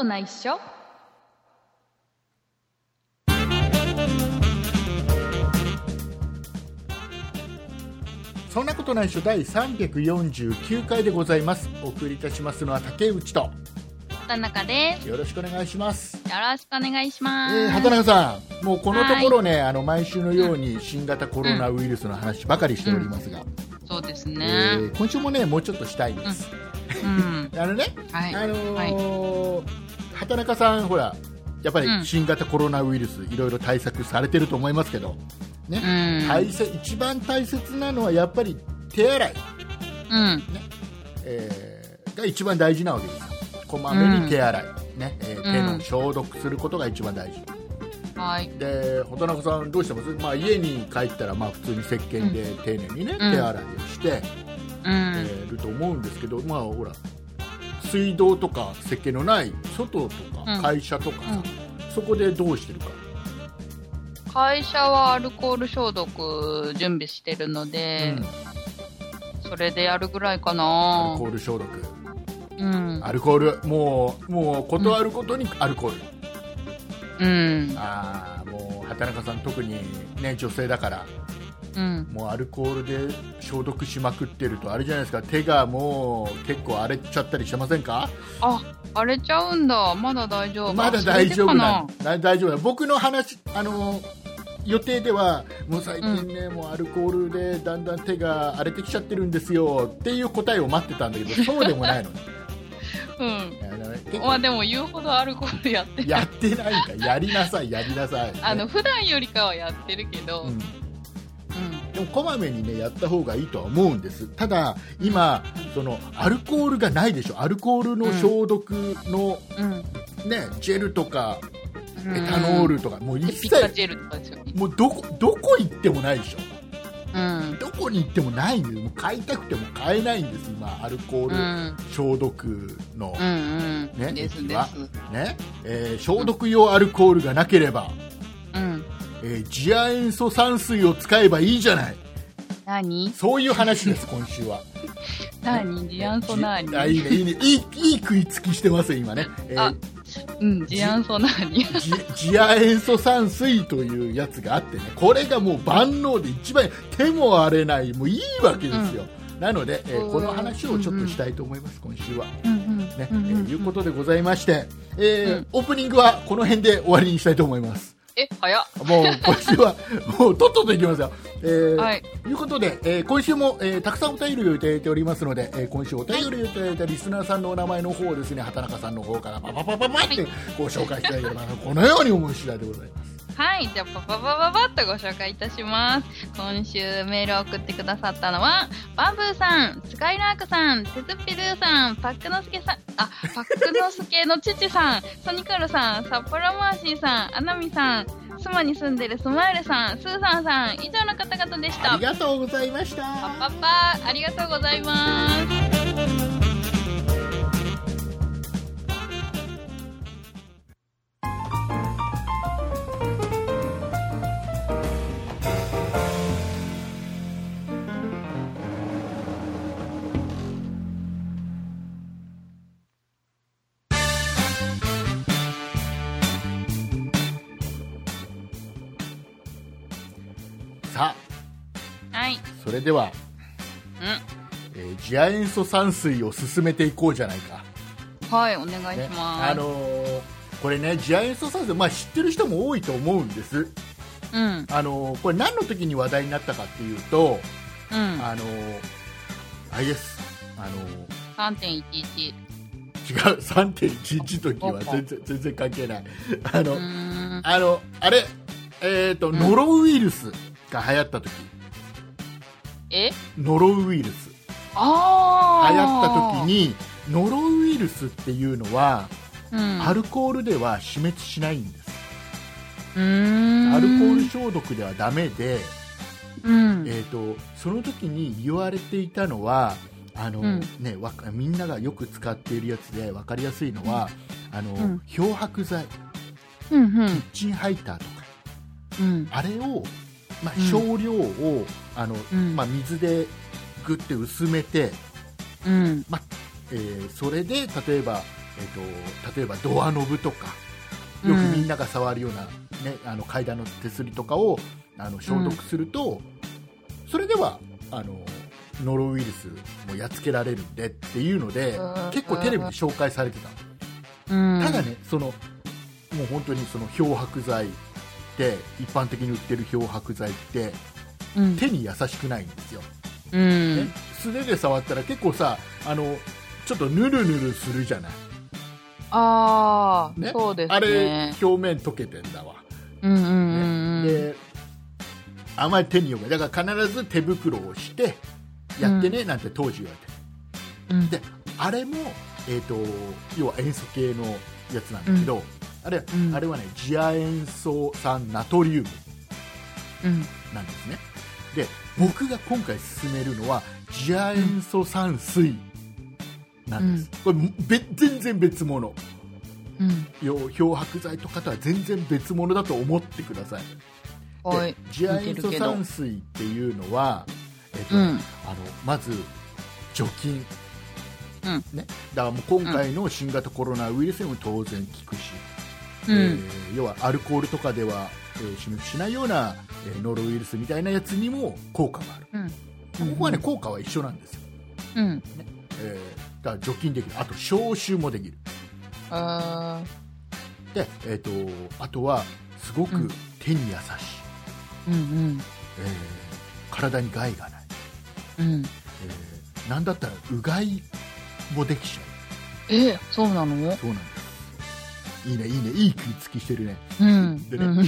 ことないっしょ。 そんなことないっしょ第349回でございます。お送りいたしますのは竹内と畑中です。 よろしくお願いします。 よろしくお願いします。 畑中さん、もうこのところね、毎週のように新型コロナウイルスの話ばかりしておりますが、 そうですね、 今週もねもうちょっとしたいんです、畑中さんほらやっぱり新型コロナウイルスいろいろ対策されてると思いますけどね、一番大切なのはやっぱり手洗い、が一番大事なわけです。こまめに手洗い、手の消毒することが一番大事、で畑中さんどうしてます？家に帰ったら普通に石鹸で丁寧にね、手洗いをして、ると思うんですけど、ほら水道とか石鹸のない外とか会社とかさ、そこでどうしてるか。 会社はアルコール消毒準備してるので、それでやるぐらいかな。 アルコール消毒、アルコールもうことあるごとにアルコール、もう畑中さん特にね女性だから、もうアルコールで消毒しまくってるとあれじゃないですか、手がもう結構荒れちゃったりしませんか？ 荒れちゃうんだ。まだ大丈夫。 まだ大丈夫な大丈夫だ。僕の話予定ではもう最近ね、もうアルコールでだんだん手が荒れてきちゃってるんですよっていう答えを待ってたんだけど、そうでもないのね。 でも言うほどアルコールやってない。 やってないんか。やりなさい、 普段よりかはやってるけど、 でもこまめにねやった方がいいとは思うんです。ただ今そのアルコールがないでしょ。アルコールの消毒の、ジェルとかエタノールとかもう一切もうどこ行ってもないでしょ。どこに行ってもないんです。もう買いたくても買えないんです今アルコール消毒の、液はね、消毒用アルコールがなければ、次亜塩素酸水を使えばいいじゃない。 何？ そういう話です今週は。 何？次亜素何？ いいねいい食いつきしてます今ね。 次亜素何？ 次亜塩素酸水というやつがあってね、これがもう万能で一番手も荒れないもういいわけですよ。なので、この話をちょっとしたいと思います、今週は。いうことでございまして、オープニングはこの辺で終わりにしたいと思います。 早っ。 もう今週はもうとっとといきますよ。いうことで、今週も、たくさんお便りをいただいておりますので、今週お便りをいただいたリスナーさんのお名前の方をですね、畑中さんの方からパパパパパってご紹介していただければこのように思う次第でございます。 じゃあパパパパパッとご紹介いたします。今週メールを送ってくださったのはバンブーさん、スカイラークさん、テツピルーさん、パックノスケさん、パックノスケの父さん、ソニカルさん、札幌マーシーさん、アナミさん、スマに住んでるスマイルさん、スーさんさん、以上の方々でした。 ありがとうございました。 パパパありがとうございます。 さあ、それでは、次亜塩素酸水を進めていこうじゃないか。 お願いします。 これね、次亜塩素酸水、知ってる人も多いと思うんです。これ何の時に話題になったかっていうと、あれです。 3.11。 違う、3.11 時は全然関係ない。あれ、ノロウイルスが流行った時。ノロウイルス。流行った時に、ノロウイルスっていうのは、アルコールでは死滅しないんです。アルコール消毒ではダメで、その時に言われていたのは、みんながよく使っているやつで分かりやすいのは、漂白剤、キッチンハイターとか、あれを、少量を水でグッて薄めて、それで例えば例えばドアノブとかよくみんなが触るような、ね、階段の手すりとかを消毒すると、それではノロウイルスもやっつけられるんでっていうので、結構テレビで紹介されてた。ただね、もう本当にその漂白剤って一般的に売ってる漂白剤って、手に優しくないんですよ、ね、素手で触ったら結構さちょっとヌルヌルするじゃない。 ね、そうですね。 あれ表面溶けてんだわ、であまり手によくない。だから必ず手袋をしてやってね、なんて当時言われて、であれも、要は塩素系のやつなんだけど、あれはね次亜塩素酸ナトリウムなんですね。で僕が今回勧めるのは次亜塩素酸水なんです、これ全然別物、漂白剤とかとは全然別物だと思ってください。で次亜塩素酸水っていうのは、まず除菌、ね、だからもう今回の新型コロナウイルスにも当然効くし、要はアルコールとかでは、死滅しないような、ノロウイルスみたいなやつにも効果がある、ここはね効果は一緒なんですよ、ね、だから除菌できる、あと消臭もできる。で、あとはすごく手に優しい、体に害がない、なんだったらうがいもできちゃう。 そうなの？そうなんです。 いいね、いい食いつきしてるね。でね、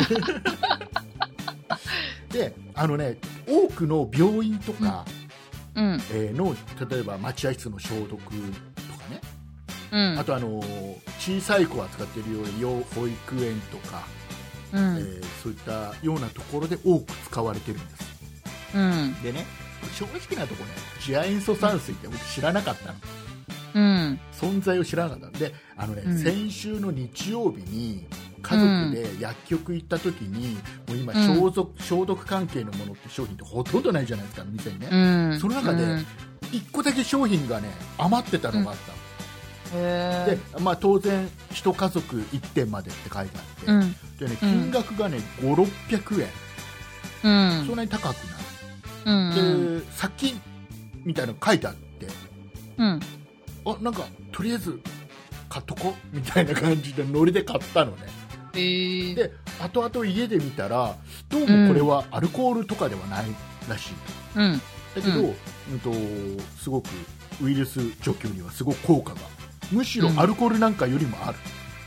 で多くの病院とか、の例えば待合室の消毒とかね、あと小さい子が使っているような保育園とか、そういったようなところで多く使われてるんです、でね、正直なところね、次亜塩素酸水って僕知らなかったの、存在を知らなかったので、先週の日曜日に家族で薬局行った時に、もう今消毒関係のものって商品ってほとんどないじゃないですか、店にね、その中で1個だけ商品がね余ってたのがあったの、で、当然1家族1点までって書いてあって、でね、金額がね500、600円、そんなに高くない、で殺菌みたいなの書いてあって、なんかとりあえず買っとこみたいな感じでノリで買ったのね、で後々家で見たらどうもこれはアルコールとかではないらしい、だけど、すごくウイルス除去にはすごく効果が、むしろアルコールなんかよりもある、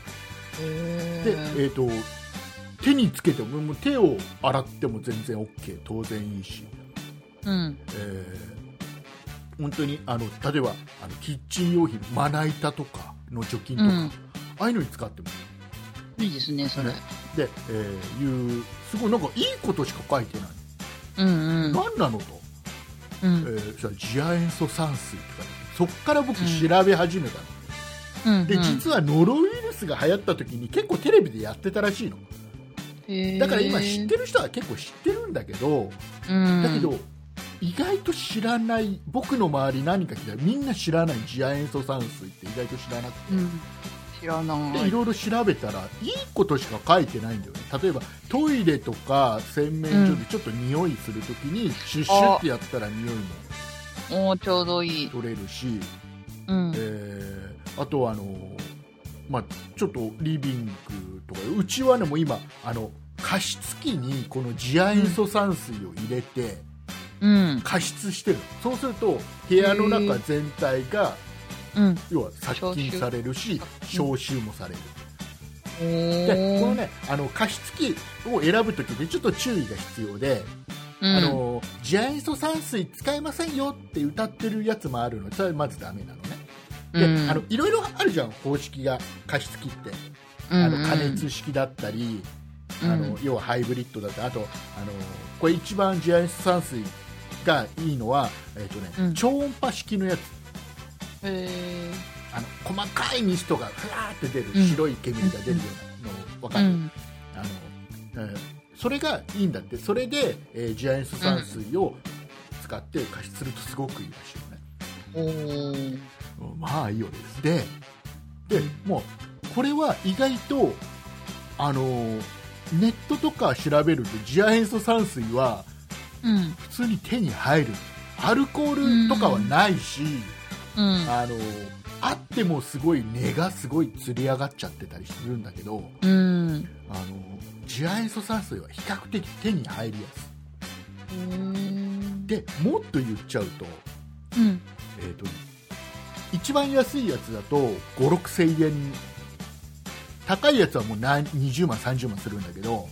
で、手につけても手を洗っても全然 OK、 当然いいし、本当に例えばキッチン用品、まな板とかの除菌とか、ああいうのに使ってもいいですね、それで、すごいなんかいいことしか書いてない、何なのと、次亜塩素酸水って書いてある。そっから僕調べ始めたの、で実はノロウイルスが流行った時に結構テレビでやってたらしいの、だから今知ってる人は結構知ってるんだけど、だけど意外と知らない、僕の周り何か聞いたらみんな知らない次亜塩素酸水って意外と知らなくて、 知らない。 でいろいろ調べたらいいことしか書いてないんだよね。例えばトイレとか洗面所でちょっと匂いするときにシュッシュってやったら匂いもちょうどいい取れるし、あとはちょっとリビングとか、うちはねもう今加湿器にこの次亜塩素酸水を入れて、加湿してる。そうすると部屋の中全体が、要は殺菌されるし消臭もされる、でこのね加湿器を選ぶときでちょっと注意が必要で、次亜塩素酸水使えませんよって歌ってるやつもあるので、それはまずダメなのね。でいろいろあるじゃん、方式が。加湿器って加熱式だったり、要はハイブリッドだったり、あとこれ一番次亜塩素酸水がいいのは、超音波式のやつ、細かいミストがふわーって出る、白い煙が出るようなの分かる、それがいいんだって。それで、次亜塩素酸水を使って加湿するとすごくいいらしいよね。まあいいようです。ででもうこれは意外とネットとか調べると次亜塩素酸水は普通に手に入る、アルコールとかはないし、あってもすごい値がすごいつり上がっちゃってたりするんだけど、次亜塩素酸水は比較的手に入りやすい。でもっと言っちゃうと、一番安いやつだと5、6千円、高いやつはもう20万30万するんだけど、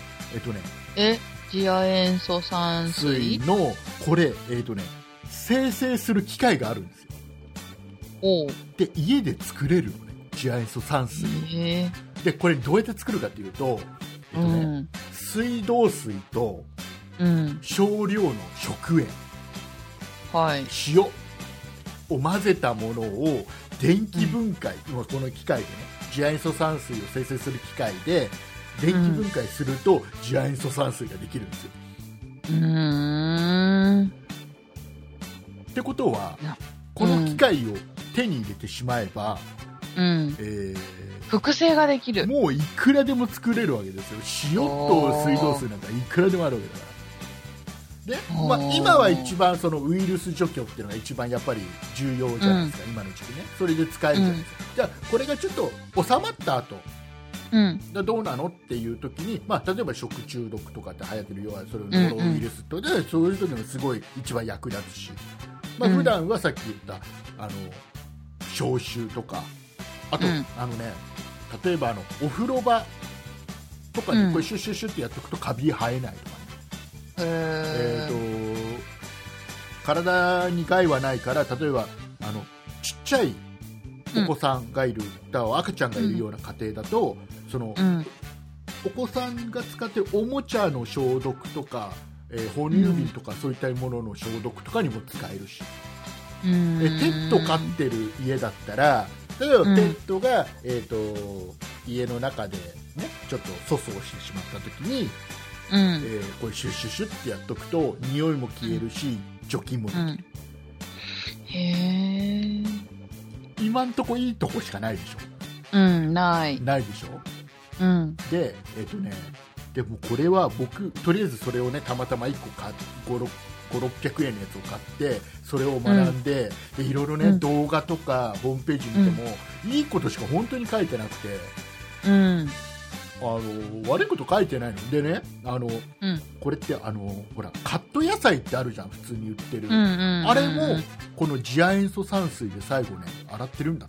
次亜塩素酸水のこれ、生成する機械があるんですよ。で家で作れるのね、次亜塩素酸水。でこれどうやって作るかっていうと、水道水と少量の食塩、塩を混ぜたものを電気分解、この機械でね、次亜塩素酸水を生成する機械で電気分解すると次亜塩素酸水ができるんですよ。ってことはこの機械を手に入れてしまえば、 複製ができる。 もういくらでも作れるわけですよ。塩と水道水なんかいくらでもあるわけだから。で、今は一番そのウイルス除去っていうのが一番やっぱり重要じゃないですか、今の時期ね。それで使えるじゃないですか。じゃあこれがちょっと収まった後、どうなのっていう時に、例えば食中毒とかって流行ってるようなそれノロウイルスとかで、そういう時もすごい一番役立つし、普段はさっき言った消臭とか、あと、例えばお風呂場とかにこれシュッシュッシュッってやっておくとカビ生えないとかね、体に害はないから、例えばちっちゃいお子さんがいる、赤ちゃんがいるような家庭だと、そのお子さんが使ってるおもちゃの消毒とか、哺乳瓶とかそういったものの消毒とかにも使えるし、ペット飼ってる家だったら、例えばペットが、家の中で、ね、ちょっと粗相してしまった時に、これシュッシュッシュッってやっとくと匂いも消えるし、除菌もできる。今んとこいいとこしかないでしょ。ないでしょ。で、でもこれは僕とりあえずそれをね、たまたま1個買って500-600円のやつを買ってそれを学んで、でいろいろね、動画とかホームページ見ても、いいことしか本当に書いてなくて、悪いこと書いてないのでね、これってほらカット野菜ってあるじゃん、普通に売ってる、あれもこの次亜塩素酸水で最後ね洗ってるんだって、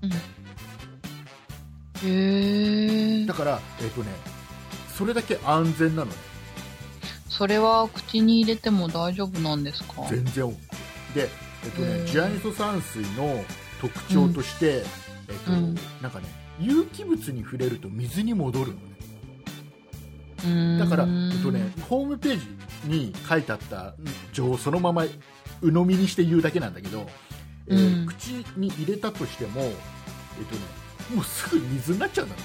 だからそれだけ安全なのね。 それは口に入れても大丈夫なんですか？ 全然 OK で、次亜塩素酸水の特徴として、なんかね、有機物に触れると水に戻るのね。だから、ホームページに書いてあった情報そのまま鵜呑みにして言うだけなんだけど、口に入れたとしても、もうすぐ水になっちゃうんだって。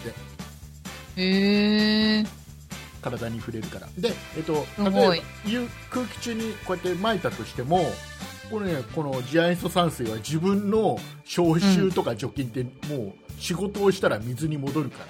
体に触れるから。で、例えば空気中にこうやって撒いたとしても、この次亜塩素酸水は自分の消臭とか除菌ってもう仕事をしたら水に戻るから。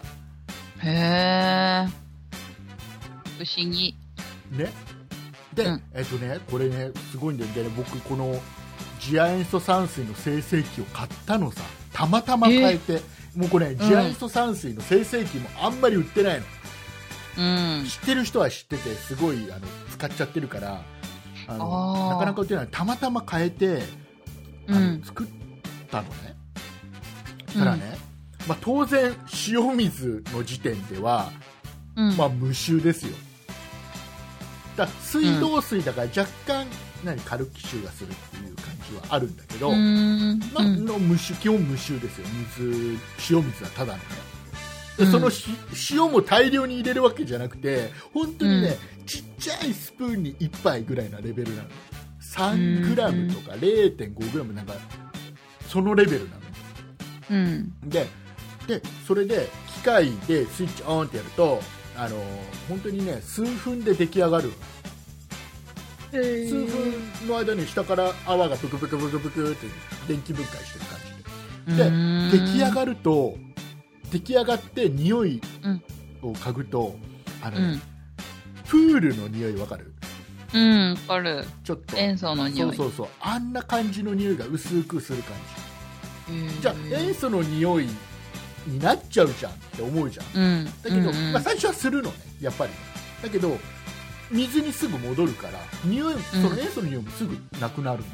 不思議ね。で、これねすごいんだよね。僕この次亜塩素酸水の生成器を買ったのさ、たまたま買えて、もうこれ次亜塩素酸水の生成器もあんまり売ってないの。知ってる人は知っててすごい使っちゃってるからなかなか売ってない。たまたま買えて作ったのね。そしたらね、当然塩水の時点では、無臭ですよ。だ水道水だから若干カルキ臭がするっていう感じはあるんだけど、無臭、基本無臭ですよ。塩水はただのね。でその塩も大量に入れるわけじゃなくて、本当にね、ちっちゃいスプーンに1杯ぐらいなレベルなの。3グラムとか 0.5 グラムなんかそのレベルなの。でそれで機械でスイッチオンってやると本当にね数分で出来上がる。数分の間に下から泡がブクブクブクブクって電気分解してる感じで、出来上がると出来上がって匂いを嗅ぐと、プールの匂いわかる？ わかる。 ちょっと塩素の匂い。 そうあんな感じの匂いが薄くする感じ。じゃあ塩素の匂いになっちゃうじゃんって思うじゃん。だけど、最初はするのね、やっぱり。だけど水にすぐ戻るから匂い、その塩素の匂いもすぐなくなる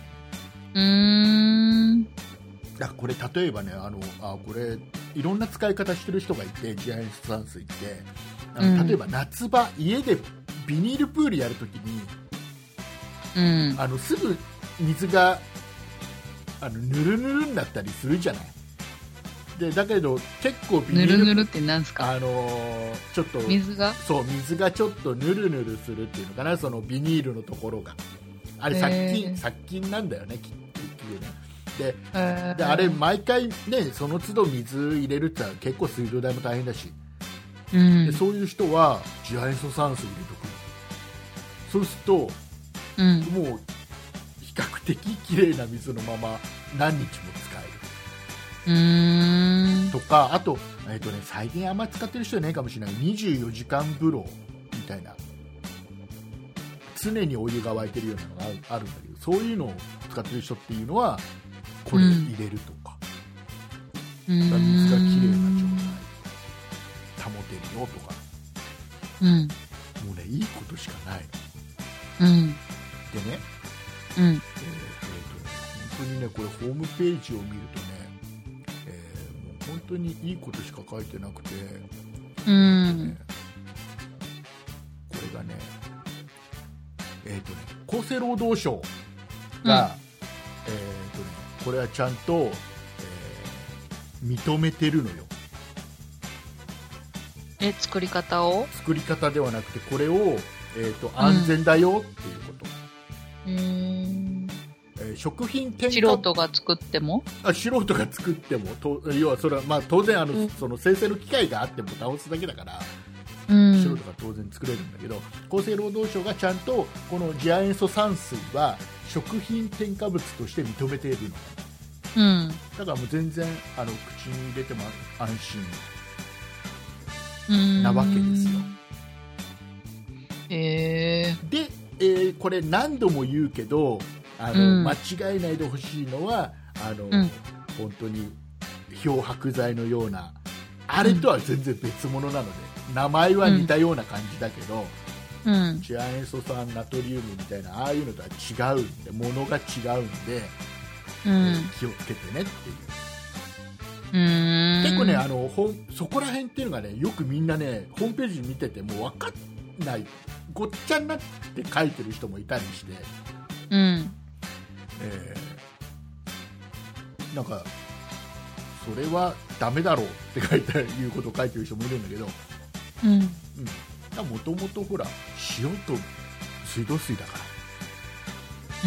の。だからこれ例えばね、これいろんな使い方してる人がいて、次亜塩素酸水って例えば夏場家でビニールプールやるときに、すぐ水がぬるぬるになったりするじゃない。でだけど結構ビニールぬるぬるってなんですか？ ちょっと水がちょっとぬるぬるするっていうのかな、そのビニールのところがあれ殺菌なんだよね、結局ね。であれ毎回ね、その都度水入れるって結構水道代も大変だし、でそういう人は次亜塩素酸水入れとく。そうすると、もう比較的きれいな水のまま何日も使えるとか、あと、最近あんまり使ってる人いないかもしれない、24時間風呂みたいな、常にお湯が沸いてるようなのがあるんだけど、そういうのを使ってる人っていうのはこれ入れるとか、水がきれいな状態保てるよとか、もうね、いいことしかないの。でね、本当にね、これホームページを見るとね、もう本当にいいことしか書いてなくて、これがね、厚生労働省が、これはちゃんと、認めてるのよ。 作り方を？作り方ではなくて、これを、安全だよっていうこと。食品添加、 素人が作っても？ 素人が作っても、要はそれは、まあ、当然その生成の機械があってボタンを押すだけだから、素人が当然作れるんだけど、厚生労働省がちゃんとこの次亜塩素酸水は食品添加物として認めているの。だからもう全然口に入れても安心なわけですよ。で、これ何度も言うけど、間違えないでほしいのは本当に漂白剤のようなあれとは全然別物なので、名前は似たような感じだけど、次亜塩素酸ナトリウムみたいなああいうのとは違うんで、物が違うんで、気をつけてねっていう。結構ね、そこら辺っていうのがね、よくみんなね、ホームページ見てても分かんない、ごっちゃになって書いてる人もいたりして、なんかそれはダメだろうっていうことを書いてる人もいるんだけど、もともとほら塩と水道水だから、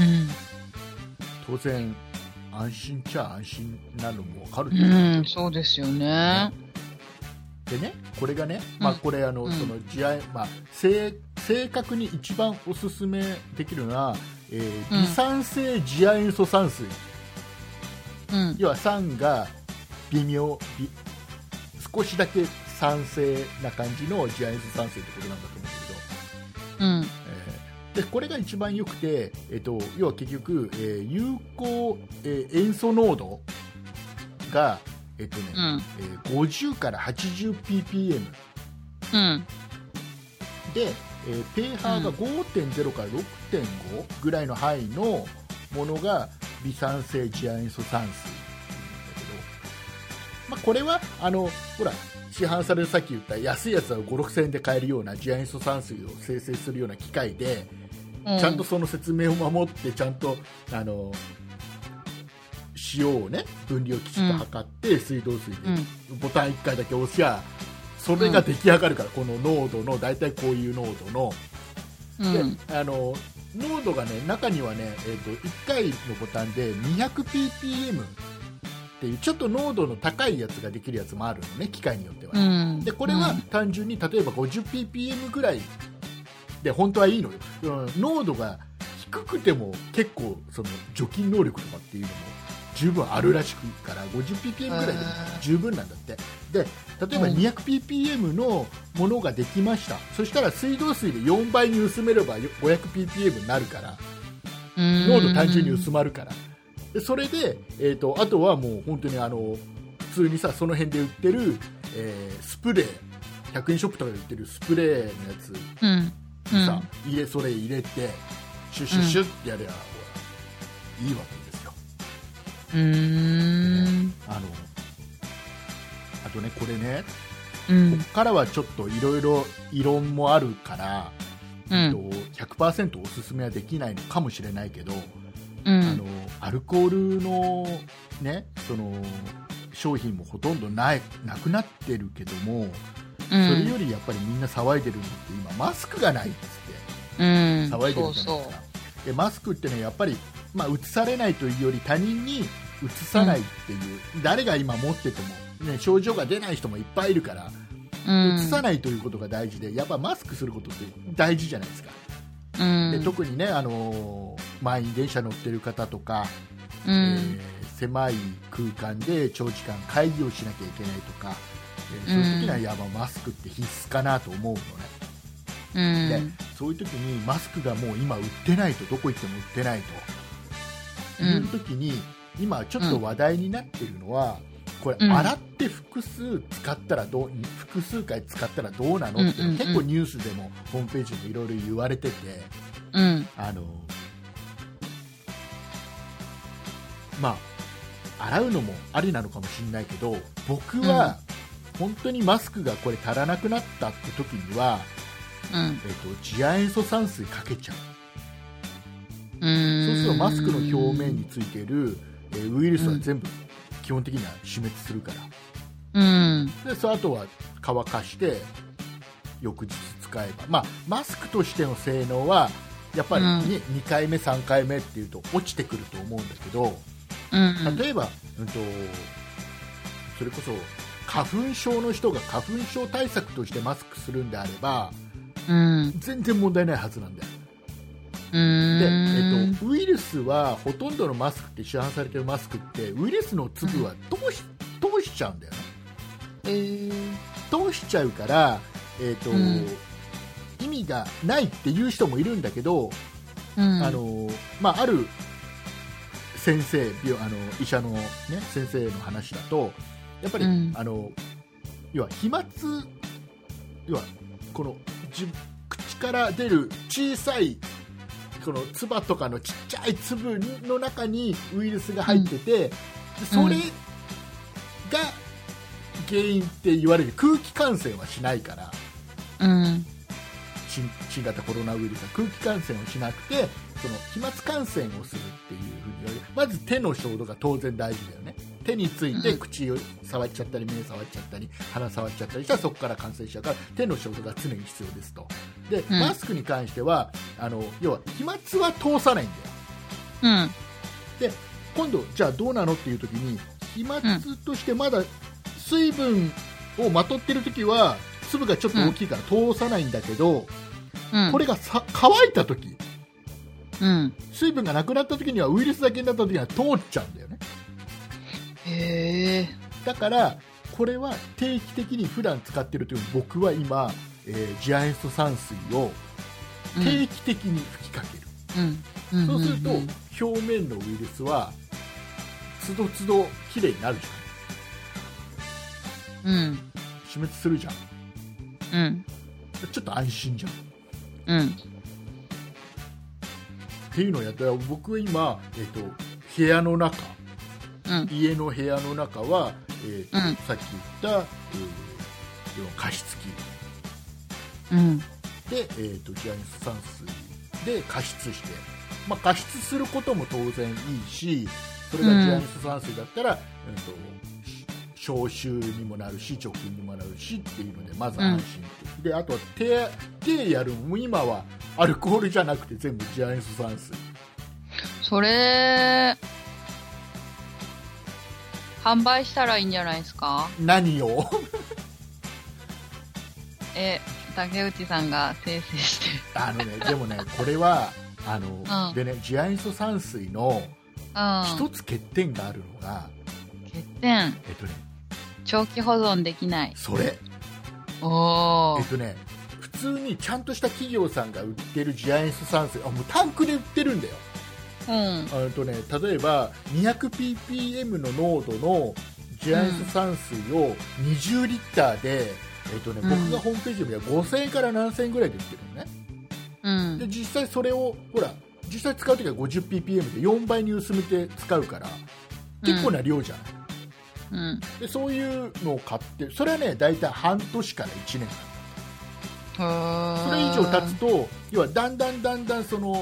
当然安心っちゃ安心なのも分かるじゃないですか。 そうですよね。 でね、これがね、これその次亜、正確に一番おすすめできるのは、微酸性次亜塩素酸水、要は酸が少しだけ酸性な感じの次亜塩素酸水ってことなんだと思うんだけど、でこれが一番良くて、要は結局、有効、塩素濃度が、50から 80ppm、で、pH が 5.0 から 6.5 ぐらいの範囲のものが微酸性次亜塩素酸水なんだけど、これはほら市販される、さっき言った安いやつは 5,6 円で買えるような次亜塩素酸水を生成するような機械で、ちゃんとその説明を守って、ちゃんと塩をね、分量をきちっと測って、水道水でボタン1回だけ押しゃそれが出来上がるから、この濃度のだいたいこういう濃度の、で濃度がね、中にはね、1回のボタンで 200ppm っていうちょっと濃度の高いやつができるやつもあるのね、機械によっては、でこれは単純に例えば 50ppm ぐらいで本当はいいのよ、濃度が低くても結構その除菌能力とかっていうのも十分あるらしくから 50ppm ぐらいで十分なんだって。で例えば 200ppm のものができました、そしたら水道水で4倍に薄めれば 500ppm になるから、濃度単純に薄まるから。でそれで、あとはもう本当に普通にさ、その辺で売ってる、スプレー、100円ショップとかで売ってるスプレーのやつにさ、それ入れてシュッシュッシュッってやれば、いいわけですよ。あとね、これね、ここからはちょっといろいろ異論もあるから、100% おすすめはできないのかもしれないけど、アルコールの、ね、その商品もほとんどなくなってるけども、それよりやっぱりみんな騒いでるのって今マスクがないっつって騒いでるじゃないですか。でマスクってね、やっぱり、うつされないというより他人にうつさないっていう、誰が今持ってても、ね、症状が出ない人もいっぱいいるから、うつさないということが大事で、やっぱマスクすることって大事じゃないですか。で特にね、満員電車乗ってる方とか、狭い空間で長時間会議をしなきゃいけないとか、そういう時にはやっぱマスクって必須かなと思うのね。でそういう時にマスクがもう今売ってないと、どこ行っても売ってないという時に、今ちょっと話題になってるのは、これ洗って複数回使ったらどうなのって、結構ニュースでもホームページでもいろいろ言われてて、洗うのもありなのかもしれないけど、僕は本当にマスクがこれ足らなくなったって時には、次亜塩素酸水かけちゃう。そうするとマスクの表面についているウイルスは全部基本的には死滅するから、でその後は乾かして翌日使えば、マスクとしての性能はやっぱり、2回目3回目っていうと落ちてくると思うんだけど、例えば、それこそ花粉症の人が花粉症対策としてマスクするんであれば、全然問題ないはずなんだよ。でウイルスはほとんどのマスクって市販されてるマスクってウイルスの粒は通しちゃうんだよね。通しちゃうから、意味がないっていう人もいるんだけど、ある先生、医者の、先生の話だと、やっぱり、要は飛沫、要はこの口から出る小さいこの唾とかのちっちゃい粒の中にウイルスが入ってて、それが原因って言われる。空気感染はしないから、新型コロナウイルスは空気感染をしなくて、その飛沫感染をするっていうふうに言われる。まず手の消毒が当然大事だよね。手について口を触っちゃったり目触っちゃったり鼻触っちゃったりしたらそこから感染しちゃうから、手の消毒が常に必要ですと。でマスクに関しては要は飛沫は通さないんだよ。で今度じゃあどうなのっていう時に、飛沫としてまだ水分をまとってる時は粒がちょっと大きいから通さないんだけど、これが乾いた時、水分がなくなった時には、ウイルスだけになった時には通っちゃうんだよね。だからこれは定期的に普段使ってるという、僕は今、次亜塩素酸水を定期的に吹きかける。そうすると表面のウイルスはつどつどきれいになるじゃん。死滅するじゃん。ちょっと安心じゃん。っていうのをやったら、僕は今、部屋の中、家の部屋の中は、さっき言った、加湿器、で、次亜塩素酸水で加湿して、加湿することも当然いいし、それが次亜塩素酸水だったら、消臭にもなるし除菌にもなるしっていうので、まず安心で、あとは手やるのも今はアルコールじゃなくて全部次亜塩素酸水。 それ販売したらいいんじゃないですか。 何を竹内さんが訂正してでもねこれはでね、次亜塩素酸水の一つ欠点があるのが、 欠点、長期保存できない。 それ。 おー。 普通にちゃんとした企業さんが売ってるジアエンス酸水、もうタンクで売ってるんだよ。例えば 200ppm の濃度のジアエンス酸水を20リッターで、僕がホームページで見たら5000円から7000円ぐらいで売ってるのね。で実際それを実際使うときは 50ppm で4倍に薄めて使うから結構な量じゃない。でそういうのを買って、それはねだいたい半年から1年間、それ以上経つと要はだんだんその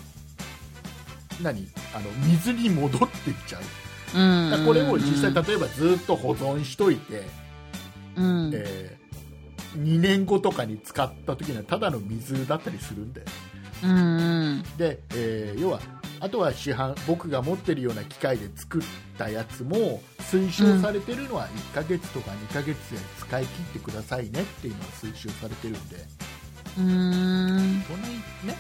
水に戻っていっちゃう。だからこれを実際例えばずっと保存しといて、2年後とかに使った時にはただの水だったりするんだよ。で、要はあとは僕が持ってるような機械で作ったやつも推奨されてるのは1ヶ月とか2ヶ月で使い切ってくださいねっていうのが推奨されてるんで、そんなにね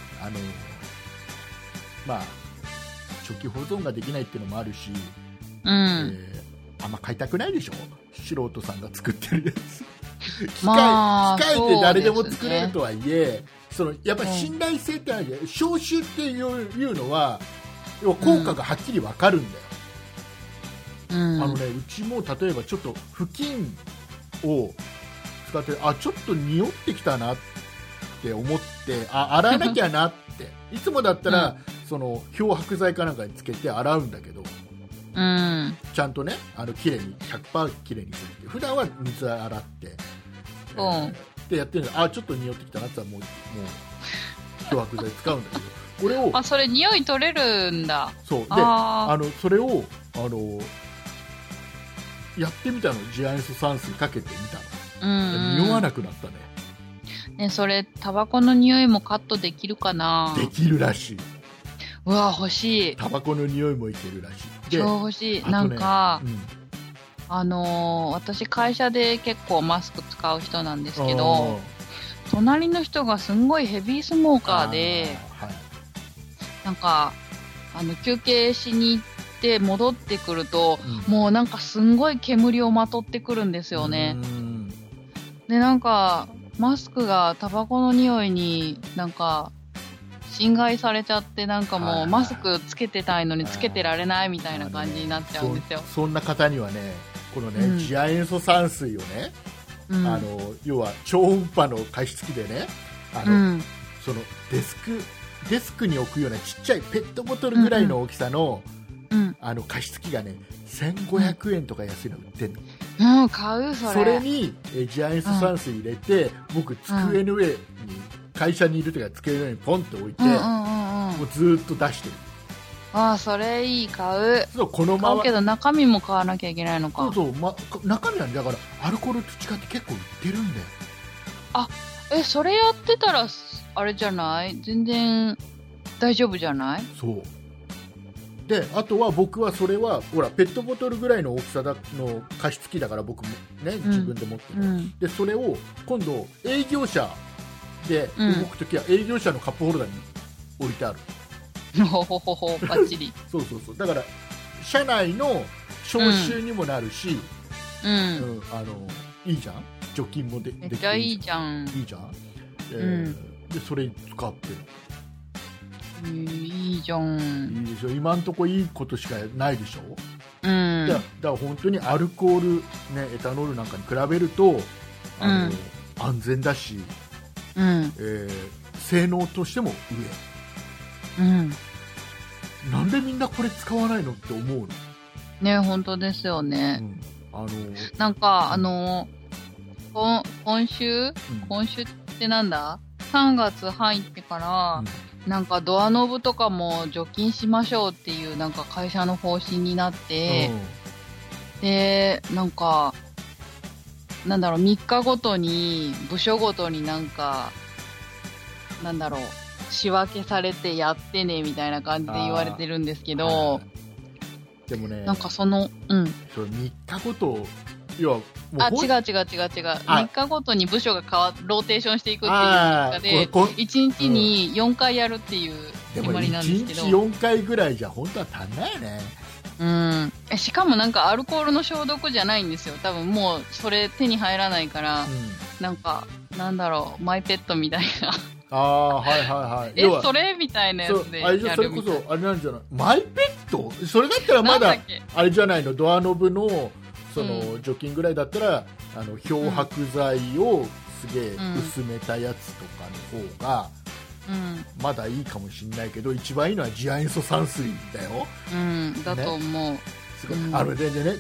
初期保存ができないっていうのもあるし、あんま買いたくないでしょ、素人さんが作ってるやつ。機械って誰でも作れるとはいえ、やっぱり信頼性ってあるじゃん。消臭っていうのは効果がはっきり分かるんだよ。うちも例えばちょっと布巾を使ってちょっと匂ってきたなって思って洗わなきゃなっていつもだったら、漂白剤かなんかにつけて洗うんだけど、ちゃんとねきれいに 100% きれいにするって。普段は水洗って、でやってるんだ。ちょっと匂ってきたなって言ったらもう漂白剤使うんだけど、これをそれ匂い取れるんだ。 そうでそれをやってみたの。ジアエンス酸水かけてみたの。匂わなくなったね。 それタバコの匂いもカットできるかな。 できるらしい。 うわ欲しい。 タバコの匂いもいけるらしい。 超欲しい。なんか、私会社で結構マスク使う人なんですけど、隣の人がすんごいヘビースモーカーで、なんか休憩しに行って戻ってくると、もうなんかすんごい煙をまとってくるんですよね。でなんかマスクがタバコの匂いになんか侵害されちゃって、なんかもうマスクつけてたいのにつけてられないみたいな感じになっちゃうんですよ。 そんな方にはね、このね、ジア塩素酸水をね、要は超音波の加湿器でね、そのデスクに置くようなちっちゃいペットボトルぐらいの大きさの、加湿器がね1500円とか安いの売ってんの。 買う。 それにジア塩素酸水入れて、僕机の上に、会社にいるときは机の上にポンって置いて、もうずっと出してる。 それいい。買う。 そう、このまま。 買うけど中身も買わなきゃいけないのか。 そう、中身はね、だからアルコールと違って結構売ってるんだよ。 それやってたらあれじゃない？全然大丈夫じゃない？ そうで、あとは僕はそれはほらペットボトルぐらいの大きさの加湿器だから僕もね自分で持ってる、でそれを今度営業車で動くときは営業車のカップホルダーに置いてある。 ほほほほ、バッチリ。 そうだから車内の消臭にもなるし、いいじゃん。除菌もできてめっちゃいいじゃん。 いいじゃん。でそれ使ってる。 いいじゃん。 いいでしょ。今んとこいいことしかないでしょ。だから本当にアルコール、ね、エタノールなんかに比べると安全だし、性能としても上。なんでみんなこれ使わないのって思うのね。本当ですよね。なんか今週ってなんだ、3月入ってから、なんかドアノブとかも除菌しましょうっていうなんか会社の方針になって、でなんかなんだろう、3日ごとに部署ごとになんかなんだろう、仕分けされてやってねみたいな感じで言われてるんですけど、 でもね、 なんかそのそれ3日ごと、要は違う3日ごとに部署がローテーションしていくっていう中で1日に4回やるっていう決まりなんですけど。 1日4回ぐらいじゃ本当は足んないよね。 しかもなんかアルコールの消毒じゃないんですよ。多分もうそれ手に入らないから、なんか、なんだろう、マイペットみたいな。 はいはいはい。 それみたいなやつでやるみたい。 それこそ、あれなんじゃない、マイペットそれだったらまだ、あれじゃないの、ドアノブの、除菌ぐらいだったら、漂白剤をすげえ薄めたやつとかの方が、まだいいかもしれないけど、一番いいのは次亜塩素酸水だよ。 だと思う。 でね、インタ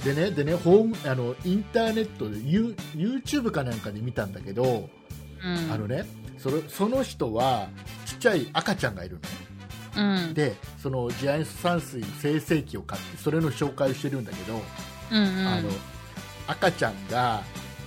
ーネットで、YouTube かなんかで見たんだけど、その人はちっちゃい赤ちゃんがいるの、でその次亜塩素酸水生成器を買ってそれの紹介をしてるんだけど、赤ちゃんが、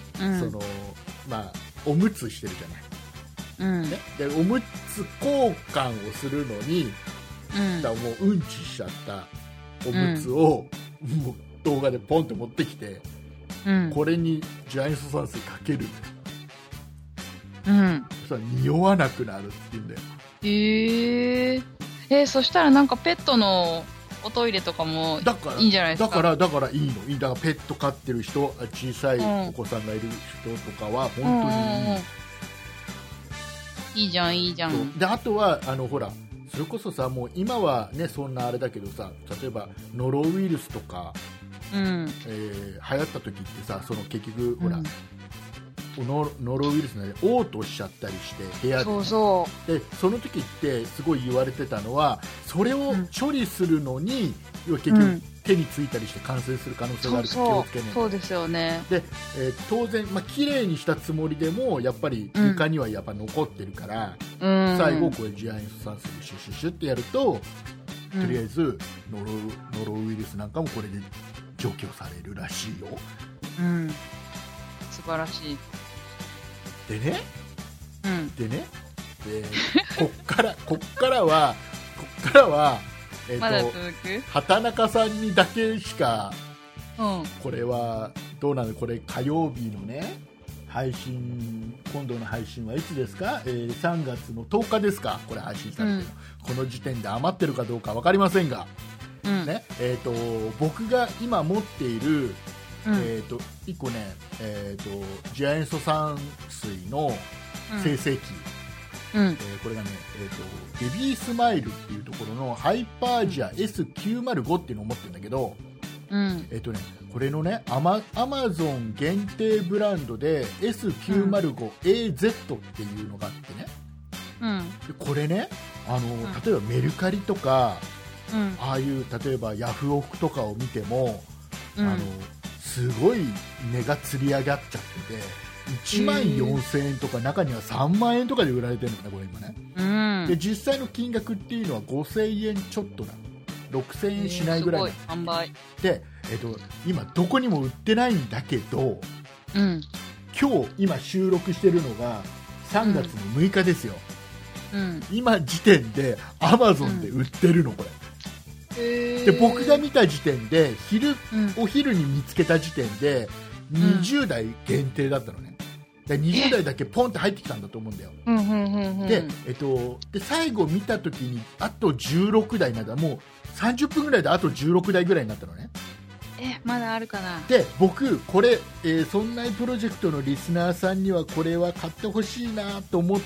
おむつしてるじゃない。でおむつ交換をするのに、もううんちしちゃったおむつを、もう動画でポンと持ってきて、これに次亜塩素酸水かけるの、そしたら匂わなくなるって言うんだよ。 そしたらなんかペットのおトイレとかもいいんじゃないですか。 だからいいの。だからペット飼ってる人、小さいお子さんがいる人とかは本当にいいじゃんいいじゃん。 であとはほら、それこそさ、もう今はねそんなあれだけどさ、例えばノロウイルスとか、流行った時ってさ、結局ほら、ノロウイルスで嘔吐しちゃったりして部屋で、でその時ってすごい言われてたのは、それを処理するのに、結局手についたりして感染する可能性があるから気をつけないと。 そうですよね。 で、当然、綺麗にしたつもりでもやっぱり床にはやっぱ残ってるから、最後これ次亜塩素酸水でシュシュシュってやると、とりあえずノロウイルスなんかもこれで除去されるらしいよ。 素晴らしい。 でね、こっからはまだ続く？ 畑中さんにだけしか、これはどうなの、これ火曜日のね配信、今度の配信はいつですか、3月の10日ですか、これ配信されてる、この時点で余ってるかどうか分かりませんが、僕が今持っている、1個ね、次亜塩素酸水の生成器、これがね、ベビースマイルっていうところのハイパージア S905 っていうのを持ってるんだけど、これのね、アマゾン限定ブランドで S905AZ っていうのがあってね、でこれね、例えばメルカリとか、ああいう例えばヤフオクとかを見ても、すごい値がつり上がっちゃってて、1万4000円とか、中には3万円とかで売られてるんだね、これ今ね。で実際の金額っていうのは5000円ちょっとなの、6000円しないぐらいなの。 販売で、今どこにも売ってないんだけど、今収録してるのが3月の6日ですよ。今時点で Amazon で売ってるの、これ。で僕が見た時点でお昼に見つけた時点で20代限定だったのね。で20代だけポンって入ってきたんだと思うんだよ。で最後見た時にあと16台なんだ、もう30分ぐらいであと16台ぐらいになったのね。 まだあるかな。 で僕これ、そんなプロジェクトのリスナーさんにはこれは買ってほしいなと思って、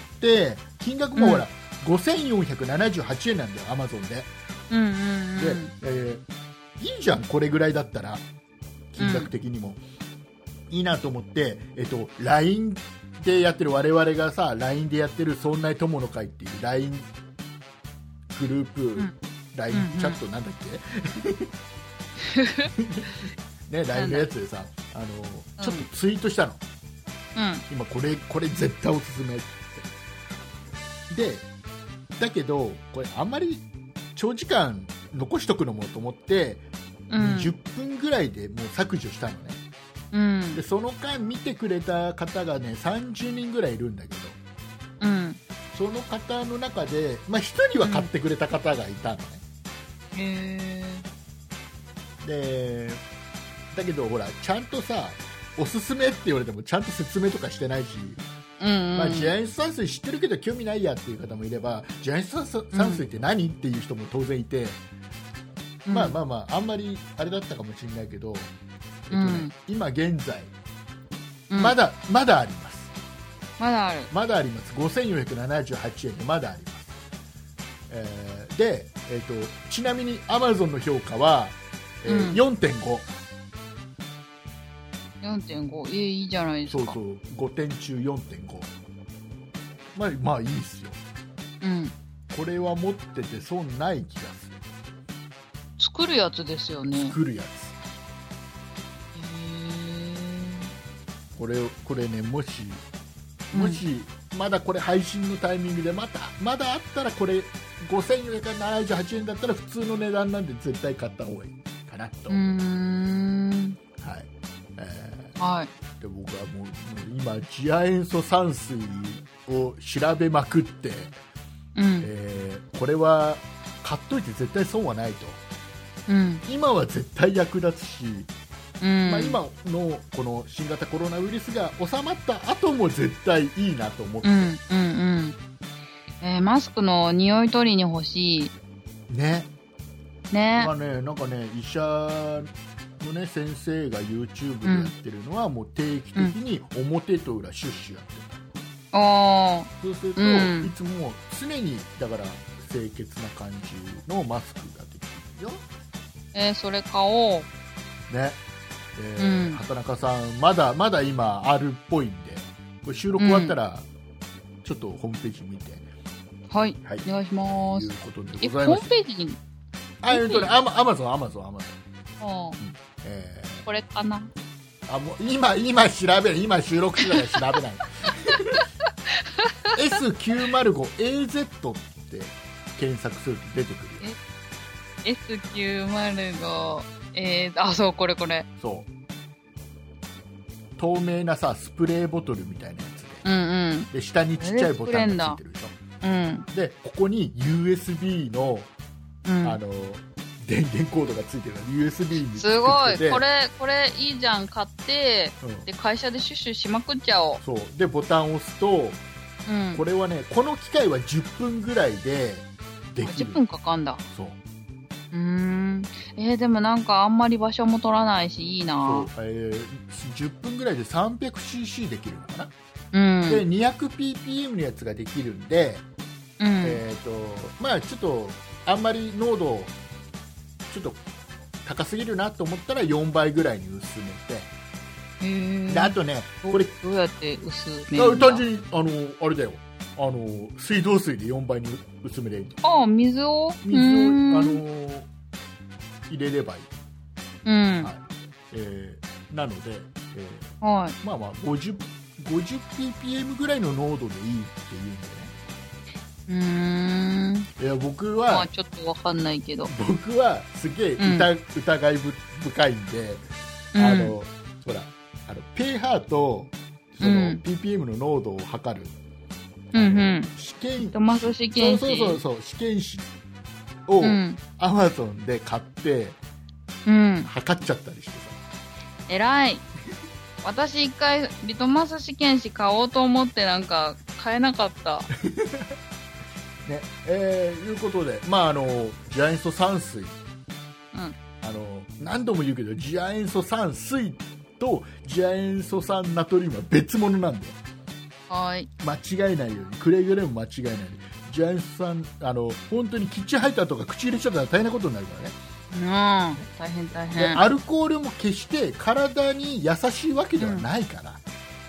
金額もほら、5478円なんだよ Amazon で。で、いいじゃんこれぐらいだったら、金額的にも、いいなと思って、LINE でやってる、我々がさ LINE でやってるそんな友の会っていう LINE グループ、LINE チャットなんだっけLINE のやつでさ、ちょっとツイートしたの、今これ絶対おすすめってで、だけどこれあんまり長時間残しとくのもと思って、20分ぐらいでもう削除したのね。でその間見てくれた方がね30人ぐらいいるんだけど、その方の中で、1人は買ってくれた方がいたのね。でだけどほらちゃんとさ、おすすめって言われてもちゃんと説明とかしてないし、 まあ、次亜塩素酸水知ってるけど興味ないやっていう方もいれば、次亜塩素酸水って何、っていう人も当然いて、まああんまりあれだったかもしれないけど、今現在、まだあります。まだあります。5478円でまだあります。で、ちなみに Amazon の評価は、4.5。 4.5、いいじゃないですか。 そう、5点中 4.5。まあいいですよ。これは持ってて損ない気がする。 作るやつですよね。 作るやつ。これね、もしまだこれ配信のタイミングでまだあったら、これ5478円だったら普通の値段なんで絶対買った方がいいかなと思います。はい。で、僕はもう今次亜塩素酸水を調べまくって、これは買っといて絶対損はないと、今は絶対役立つし、今のこの新型コロナウイルスが収まった後も絶対いいなと思って、 マスクの匂い取りに欲しいね。なんかね、医者のね、先生が YouTube でやってるのは、もう定期的に表と裏シュッシュやってる。そうすると、いつも常にだから清潔な感じのマスクができるよ。 それ買おうね。畑中さんまだ今あるっぽいんで、これ収録終わったらちょっとホームページ見て、 はい、お願いします。 ということでございます。 ホームページにアマゾンこれかな。 もう今調べる、今収録しながら調べないS905AZ って検索すると出てくるよ。 S905 そう、これ。 そう。透明なさ、スプレーボトルみたいなやつで。で、下にちっちゃいボタンがついてるでしょ。で、ここに USB の、電源コードがついてるの。USB にすごい。これいいじゃん。買って、で、会社でシュッシュしまくっちゃおう。 そう。で、ボタンを押すと、これはね、この機械は10分ぐらいでできる。 10分かかんだ。 そう。 でもなんかあんまり場所も取らないしいいな。 そう、10分ぐらいで 300cc できるのかな。で 200ppm のやつができるんで、まあちょっとあんまり濃度ちょっと高すぎるなと思ったら4倍ぐらいに薄めて、であとね、これどうやって薄めるんだ。 単純にあれだよ、水道水で4倍に薄めれる。 水を入れればいい。なので、まあ 50ppm ぐらいの濃度でいいっていうんでね。いや、僕はちょっとわかんないけど、 僕はすげえ疑い深いんで、ほらpH とその ppm の濃度を測る、試験紙を Amazon で買って、測っちゃったりしてさ。 偉い。私一回リトマス試験紙買おうと思ってなんか買えなかったね。いうことで、まあ次亜塩素酸水、何度も言うけど次亜塩素酸水と次亜塩素酸ナトリウムは別物なんだよ。間違えないように、くれぐれも間違えないように。次亜塩素酸、本当にキッチンハイターとか口入れちゃったら大変なことになるからね。 大変。 アルコールも決して体に優しいわけではないから、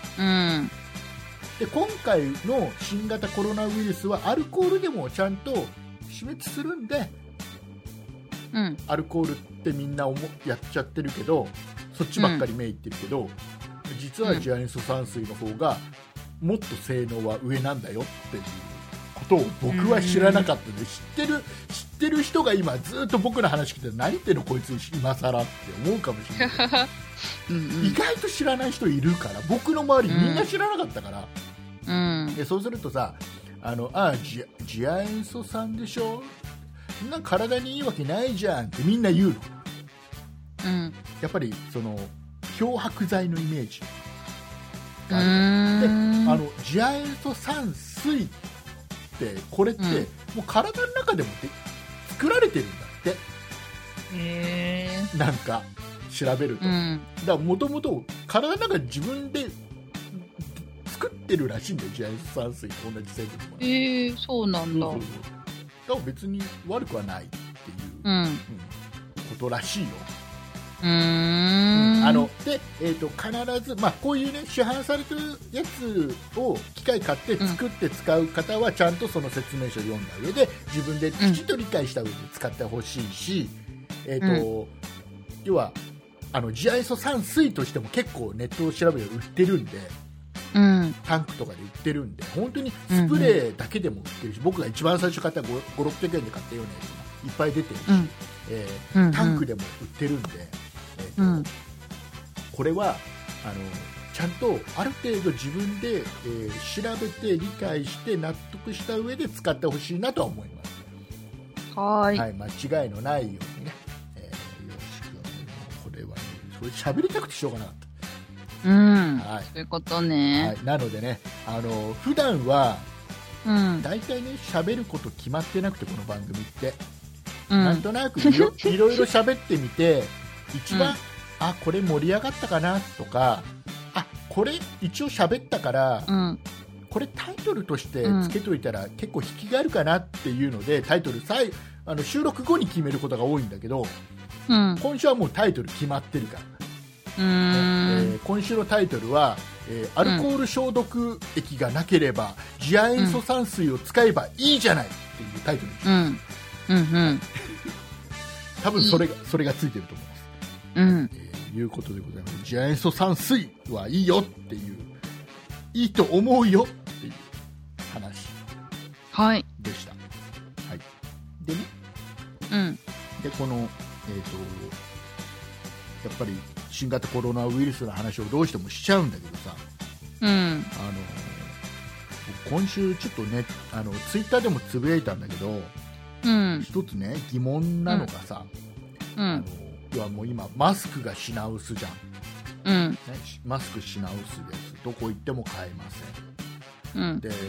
で今回の新型コロナウイルスはアルコールでもちゃんと死滅するんで、アルコールってみんなやっちゃってるけど、そっちばっかり目いってるけど、実は次亜塩素酸水の方がもっと性能は上なんだよっていうことを僕は知らなかったので、知ってる人が今ずっと僕の話聞いて、何言ってんのこいつ今更って思うかもしれない意外と知らない人いるから、僕の周りみんな知らなかったから、でそうするとさ、次亜塩素酸でしょ、そんな体にいいわけないじゃんってみんな言うの、やっぱりその漂白剤のイメージ、 があるで次亜塩素酸水ってこれって、もう体の中でも作られてるんだってなんか調べると、だからもともと体の中で自分で作ってるらしいんだよ、次亜塩素酸水と同じ成分も。 そうなんだ。 だから別に悪くはないっていう、ことらしいよ。で、必ず、こういうね市販されてるやつを機械買って作って使う方はちゃんとその説明書を読んだ上で自分できちんと理解した上で使ってほしいし、要は次亜塩素酸水としても結構ネットを調べると売ってるんで、タンクとかで売ってるんで、本当にスプレーだけでも売ってるし、僕が一番最初買った5、600円で買ったようなやつもいっぱい出てるし、タンクでも売ってるんで、これはちゃんとある程度自分で、調べて理解して納得した上で使ってほしいなとは思います。はい、間違いのないようにね、よろしく。これはね、それ喋りたくてしょうがなかった。 そういうことね。 なのでね、普段はだいたいね喋ること決まってなくて、この番組って、なんとなくいろいろ喋ってみて一番、これ盛り上がったかなとか、これ一応喋ったから、これタイトルとしてつけといたら結構引きがあるかなっていうので、タイトル収録後に決めることが多いんだけど、今週はもうタイトル決まってるから。今週のタイトルは、アルコール消毒液がなければ次亜塩素酸水を使えばいいじゃないっていうタイトルです。多分それがついてると思います。いうことでございます。次亜塩素酸水はいいよっていう、いいと思うよっていう話でした。でね、でこのやっぱり新型コロナウイルスの話をどうしてもしちゃうんだけどさ、今週ちょっとねツイッターでもつぶやいたんだけど、一つね疑問なのがさ、要はもう今マスクが品薄じゃん、マスク品薄です。どこ行っても買えません、で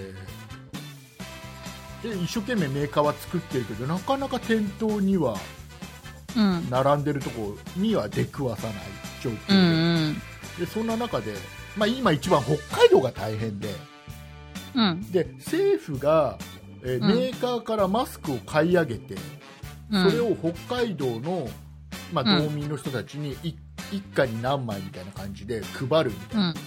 一生懸命メーカーは作ってるけどなかなか店頭には並んでるとこには出くわさない状況で、そんな中で、今一番北海道が大変で、で政府が、メーカーからマスクを買い上げて、それを北海道の、道民の人たちに一家に何枚みたいな感じで配るみたいな、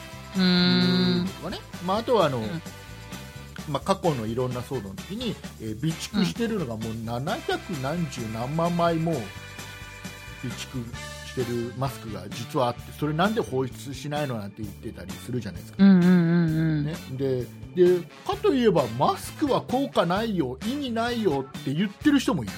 あとは過去のいろんな騒動の時に、備蓄してるのがもう700何十何万枚も備蓄してるマスクが実はあって、それなんで放出しないのなんて言ってたりするじゃないですか、でかといえばマスクは効果ないよ、意味ないよって言ってる人もいる、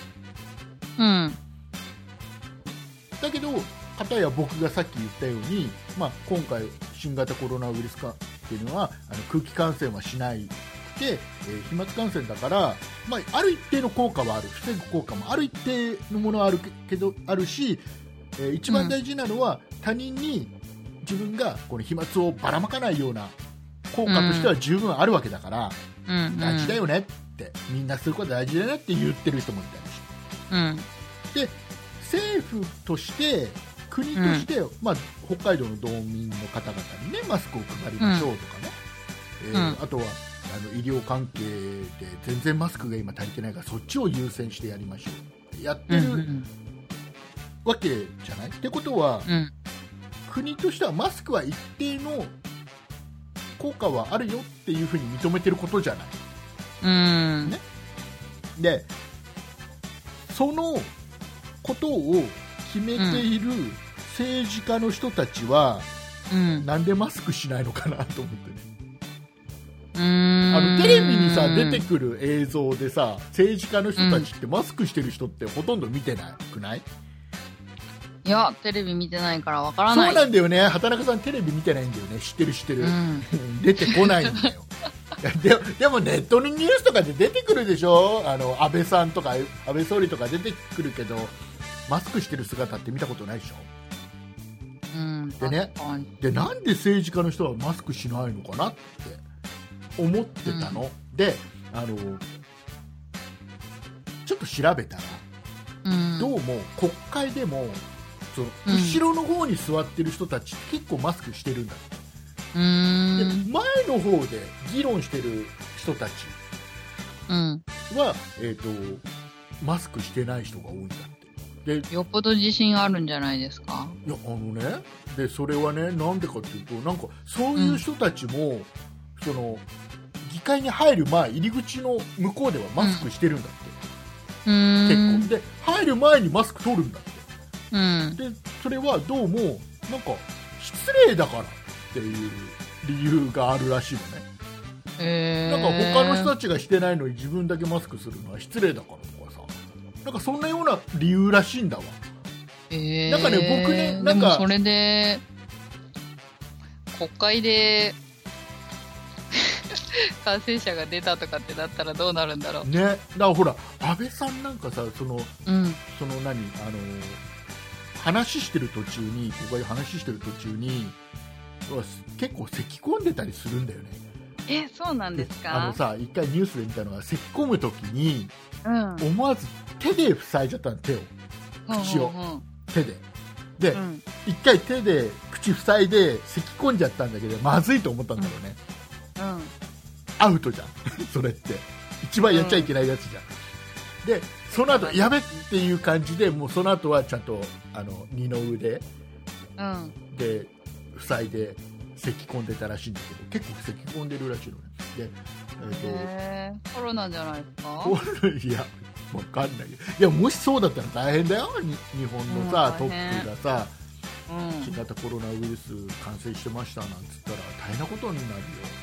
だけど片や僕がさっき言ったように、今回新型コロナウイルス化っていうのは空気感染はしないで、飛沫感染だから、ある一定の効果はある、防ぐ効果もある一定のものはあるけどあるし、一番大事なのは、他人に自分がこの飛沫をばらまかないような効果としては十分あるわけだから、大事だよねって、みんなすること大事だよねって言ってる人もいたりして、で政府として国として、北海道の道民の方々にねマスクを配りましょうとかね、あとは医療関係で全然マスクが今足りてないからそっちを優先してやりましょうってやってるわけじゃない。ってことは、国としてはマスクは一定の効果はあるよっていうふうに認めてることじゃない、ね、でそのことを決めている政治家の人たちは、なんでマスクしないのかなと思ってね。テレビにさ出てくる映像でさ、政治家の人たちってマスクしてる人ってほとんど見てなくない？ いやテレビ見てないからわからない。 そうなんだよね。畑中さんテレビ見てないんだよね。知ってる、出てこないんだよでもネットのニュースとかで出てくるでしょ。安倍さんとか安倍総理とか出てくるけどマスクしてる姿って見たことないでしょ。 でね、でなんで政治家の人はマスクしないのかなって思ってたの、でちょっと調べたら、どうも国会でもその後ろの方に座ってる人たち結構マスクしてるんだって、で前の方で議論してる人たちは、マスクしてない人が多いんだって。でよっぽど自信あるんじゃないですか。 いやね、でそれはね、なんでかっていうと、なんかそういう人たちも、その議会に入る前、入り口の向こうではマスクしてるんだって、結構で入る前にマスク取るんだって、でそれはどうもなんか失礼だからっていう理由があるらしいのね。なんか他の人たちがしてないのに自分だけマスクするのは失礼だからとかさ、なんかそんなような理由らしいんだわ。なんかね、僕ね、なんかでもそれで国会で感染者が出たとかってなったらどうなるんだろうね。だからほら安倍さんなんかさ、その話してる途中に、国会で話してる途中に結構咳き込んでたりするんだよね。 そうなんですか。 さ、一回ニュースで見たのが、咳き込むときに、思わず手で塞いじゃったの、手を、口を、手で。で、一回手で口塞いで咳き込んじゃったんだけど、まずいと思ったんだろうね。アウトじゃんそれって一番やっちゃいけないやつじゃん。でその後やべっていう感じで、もうその後はちゃんと二の腕、で塞いで咳き込んでたらしいんだけど、結構咳き込んでるらしいのね。で、 コロナじゃないですか。 いやわかんない。いや、もしそうだったら大変だよ。日本のさ、トップがさ、新型コロナウイルス感染してましたなんつったら大変なことになるよ。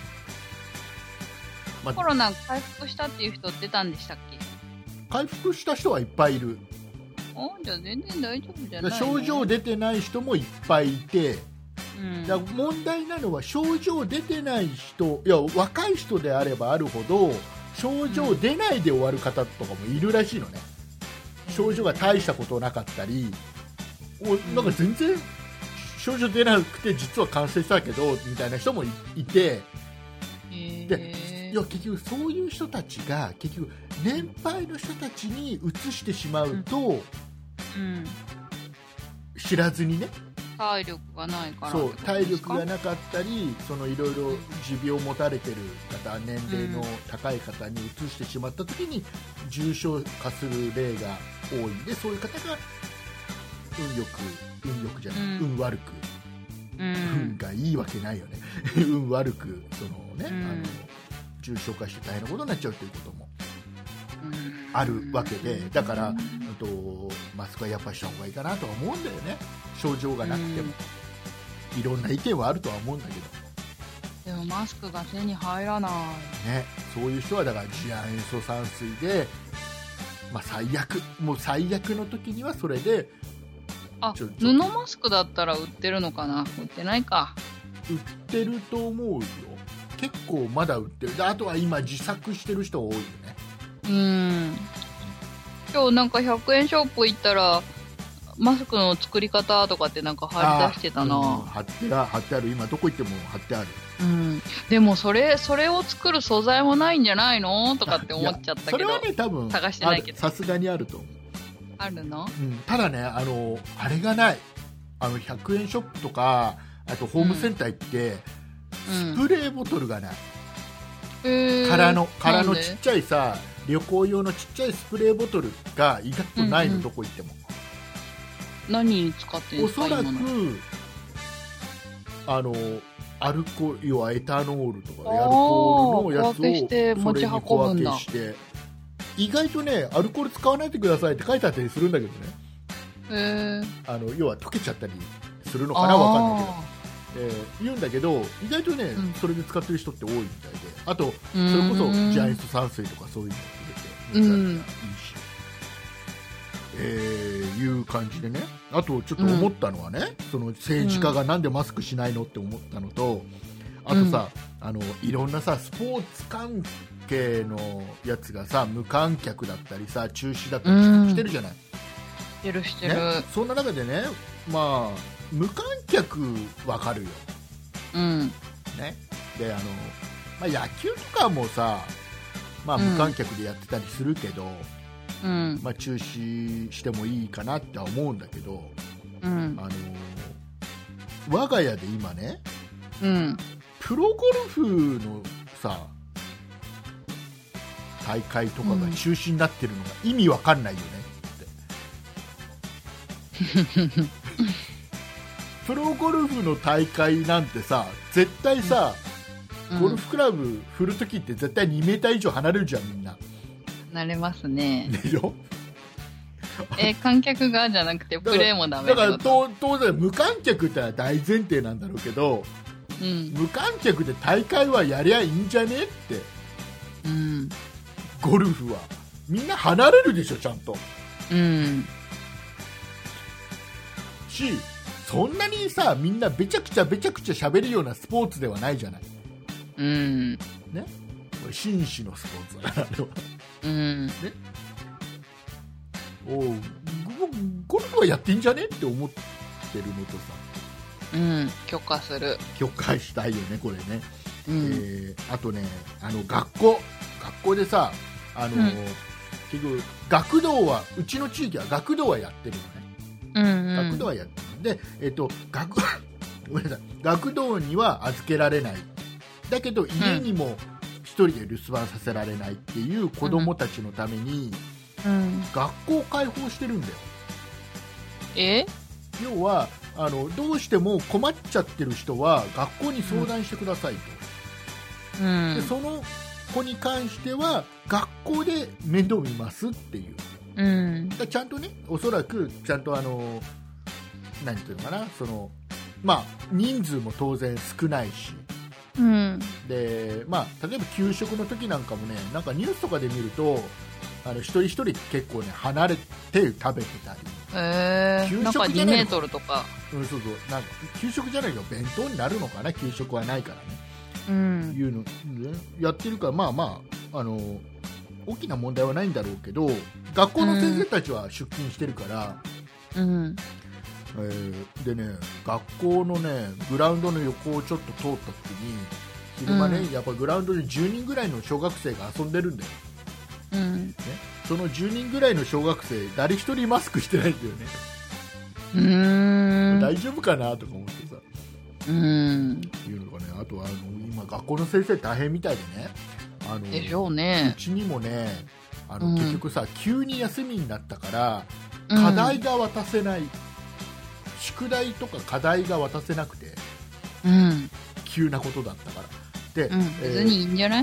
コロナ回復したっていう人出たんでしたっけ。 回復した人はいっぱいいる。 じゃあ全然大丈夫じゃないの。 症状出てない人もいっぱいいて、だから問題なのは症状出てない人、いや若い人であればあるほど症状出ないで終わる方とかもいるらしいのね。症状が大したことなかったり、なんか全然症状出なくて実は感染したけどみたいな人もいて、でいや結局そういう人たちが結局年配の人たちに移してしまうと、知らずにね、 体力がないから、 そう体力がなかったり、そのいろいろ持病を持たれてる方、年齢の高い方に移してしまった時に重症化する例が多いんで、そういう方が運悪く、運がいいわけないよね運悪くそのね、重症化して大変なことになっちゃうということもあるわけで、だからマスクはやっぱりした方がいいかなとは思うんだよね。症状がなくても、いろんな意見はあるとは思うんだけど、 でもマスクが手に入らない、 ね、そういう人はだから次亜塩素酸水で、最悪の時にはそれで、 布マスクだったら売ってるのかな。売ってないか。 売ってると思うよ。結構まだ売ってる。であとは今自作してる人多いよね。 今日なんか100円ショップ行ったらマスクの作り方とかってなんか貼り出してたな。 貼ってある。今どこ行っても貼ってある。 でもそれを作る素材もないんじゃないのとかって思っちゃったけど、 それはね多分探してないけど、 さすがにあると思う。 あるの？ ただね、あれがない。100円ショップとか、あとホームセンター行って、スプレーボトルがない。空のちっちゃいさ、旅行用のちっちゃいスプレーボトルが意外とないの、どこ行っても。 何に使ってるんですか？ おそらくアルコール、要はエタノールとかアルコールのやつをそれに小分けして、意外とねアルコール使わないでくださいって書いてあったりするんだけどね。要は溶けちゃったりするのかな、わかんないけど、言うんだけど意外とね、それで使ってる人って多いみたいで、あとそれこそジャイアント酸水とかそういうの入れていいし、いう感じでね。あとちょっと思ったのはね、その政治家がなんでマスクしないのって思ったのと、あとさ、いろんなさスポーツ関係のやつがさ無観客だったりさ中止だったりしてるじゃない。 してる、 ね、そんな中でね、 無観客わかるよ、 うんね、で野球とかもさ、無観客でやってたりするけど、中止してもいいかなって思うんだけど、我が家で今ね、プロゴルフのさ大会とかが中止になってるのが意味わかんないよねって。プロゴルフの大会なんてさ、絶対さ、ゴルフクラブ振るときって絶対2メーター以上離れるじゃん、みんな。 なれますね。 でしょ？ 観客がじゃなくてプレーもダメってこと？ だから当然無観客ってのは大前提なんだろうけど、無観客で大会はやりゃいいんじゃねって、ゴルフはみんな離れるでしょ、ちゃんと。し、そんなにさ、みんなべちゃくちゃ喋るようなスポーツではないじゃない。ね、紳士のスポーツだな、あれは。ね、ゴルフはやっていいんじゃねって思ってるのとさ、 許可したいよね、これね。あとね、学校でさ、結局学童は、うちの地域は学童はやってるのね。学童はやってる。で、ごめんなさい、学童には預けられない。だけど家にも一人で留守番させられないっていう子供たちのために、学校を開放してるんだよ。要はどうしても困っちゃってる人は学校に相談してくださいと、でその子に関しては学校で面倒見ますっていう、ちゃんとね、おそらくちゃんと何ていうのかな、人数も当然少ないし、で例えば給食の時なんかもね、なんかニュースとかで見ると一人一人結構ね離れて食べてたり、 給食じゃないの、なんか2メートルとか、 そうなんか給食じゃないけど弁当になるのかな、給食はないからね、いうの、やってるから、大きな問題はないんだろうけど、学校の先生たちは出勤してるから、でね、学校のねグラウンドの横をちょっと通った時に昼間ね、やっぱグラウンドに10人ぐらいの小学生が遊んでるんだよ、その10人ぐらいの小学生誰一人マスクしてないんだよね。大丈夫かなとか思ってさ、いうのがね、あと今学校の先生大変みたいでね、 でしょうね。 うちにもね、結局さ、急に休みになったから課題が渡せない、宿題とか課題が渡せなくて、急なことだったからで、 別にいいんじゃない？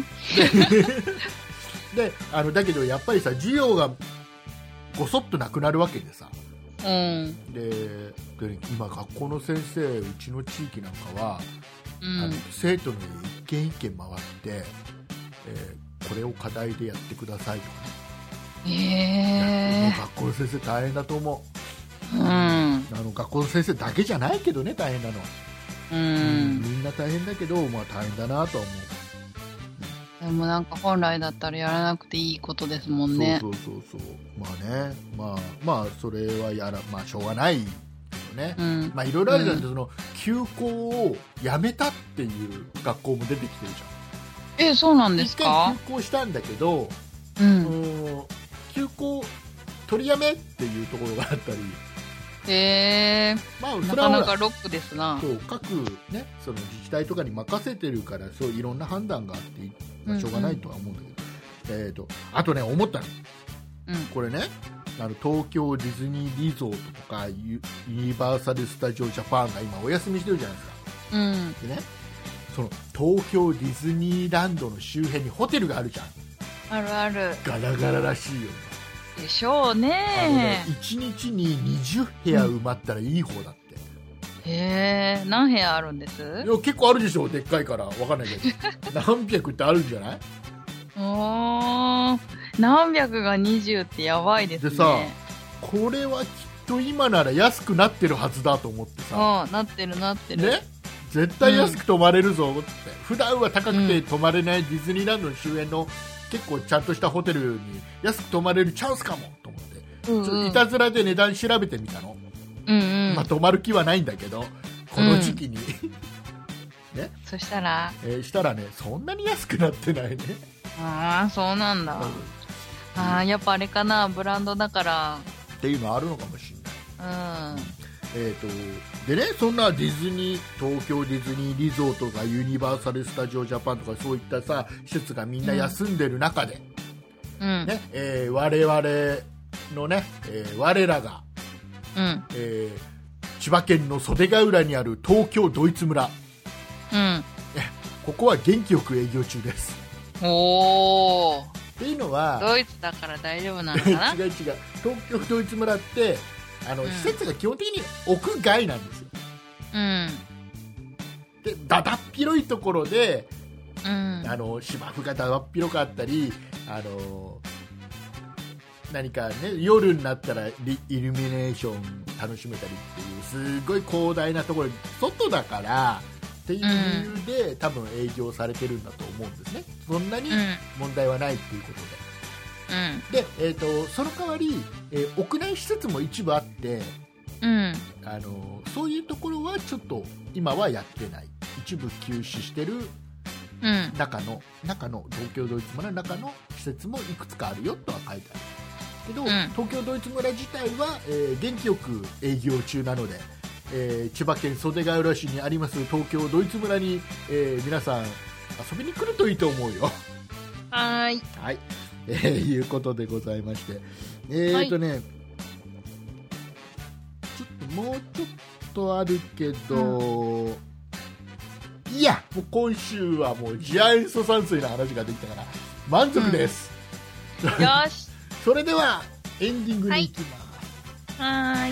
でだけどやっぱりさ、授業がごそっとなくなるわけでさ、で今学校の先生、うちの地域なんかは、生徒の一軒一軒回って、これを課題でやってくださいとかね、学校の先生大変だと思う。学校の先生だけじゃないけどね、大変なのは、みんな大変だけど、大変だなとは思う。 でもなんか本来だったらやらなくていいことですもんね。 そうそれはしょうがないけどね、いろいろあるじゃん、その休校をやめたっていう学校も出てきてるじゃん。 そうなんですか？ 一回休校したんだけど、休校取りやめっていうところがあったり、 なかなかロックですな。 そう、各ね、その自治体とかに任せてるから、そういろんな判断があって、しょうがないとは思うんだけど、あとね、思ったの、これね、東京ディズニーリゾートとかユニバーサル・スタジオ・ジャパンが今お休みしてるじゃないですか、でね、その東京ディズニーランドの周辺にホテルがあるじゃん。 あるある。 ガラガラらしいよ。 でしょうね。 1日に20部屋埋まったらいい方だって。 何部屋あるんです？ いや、結構あるでしょ、でっかいから分かんないけど何百ってあるんじゃない？ 何百が20ってやばいですね。 でさ、これはきっと今なら安くなってるはずだと思ってさ、 なってるね、 絶対安く泊まれるぞって、普段は高くて泊まれないディズニーランドの周辺の結構ちゃんとしたホテルに安く泊まれるチャンスかもと思って、いたずらで値段調べてみたの。 うんうん。 まあ、泊まる気はないんだけど、この時期に、 ね。そしたらしたらね、そんなに安くなってないね。 ああ、そうなんだ。ああ、やっぱあれかな、ブランドだから。 っていうのはあるのかもしれない。でね、そんなディズニー、東京ディズニーリゾートとかユニバーサル・スタジオ・ジャパンとかそういったさ施設がみんな休んでる中で、ね我々のね、我らが、千葉県の袖ヶ浦にある東京ドイツ村、ここは元気よく営業中です。 おー。 っていうのはドイツだから大丈夫なのかな。 違う、東京ドイツ村って施設が基本的に屋外なんですよ。でだだっ広いところで、芝生がだだっ広かったり、何かね、夜になったらイルミネーション楽しめたりっていうすごい広大なところ、外だからっていう理由で、多分営業されてるんだと思うんですね。そんなに問題はないっていうことで、で、その代わり、屋内施設も一部あって、そういうところはちょっと今はやってない、一部休止してる中の東京ドイツ村の中の施設もいくつかあるよとは書いてあるけど、東京ドイツ村自体は、元気よく営業中なので、千葉県袖ヶ浦市にあります東京ドイツ村に、皆さん遊びに来るといいと思うよ。 はい、 いうことでございまして、ちょっともうちょっとあるけど、いや、もう今週はもう次亜塩素酸水の話ができたから満足です。 よし。 それではエンディングに行きます。 はい。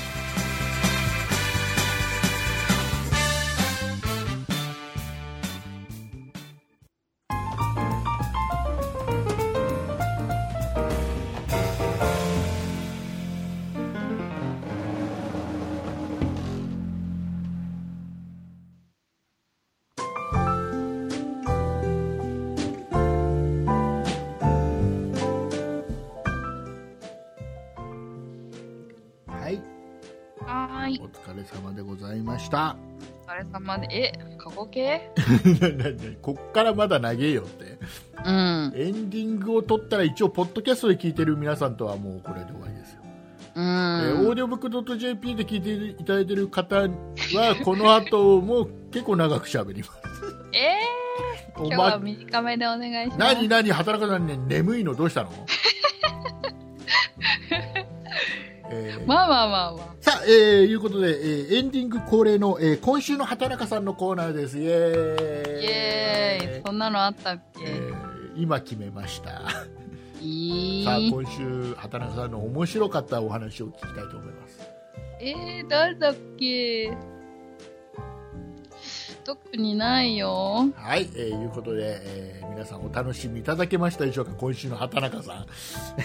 お疲れ様でございました。 お疲れ様で、過去形こっからまだ長えよって、エンディングを取ったら一応ポッドキャストで聞いてる皆さんとはもうこれで終わりですよ。オーディオブックドット JP で聞いていただいている方はこの後も結構長く喋ります。 今日は短めでお願いします。 何働かないね、眠いのどうしたの？ まあさあ、いうことで、エンディング恒例の、今週の畑中さんのコーナーです。イエーイ。そんなのあったっけ？ 今決めました。さあ、今週畑中さんの面白かったお話を聞きたいと思います。 誰だっけ？特にないよ。 はい、いうことで、皆さんお楽しみいただけましたでしょうか、今週の畑中さん。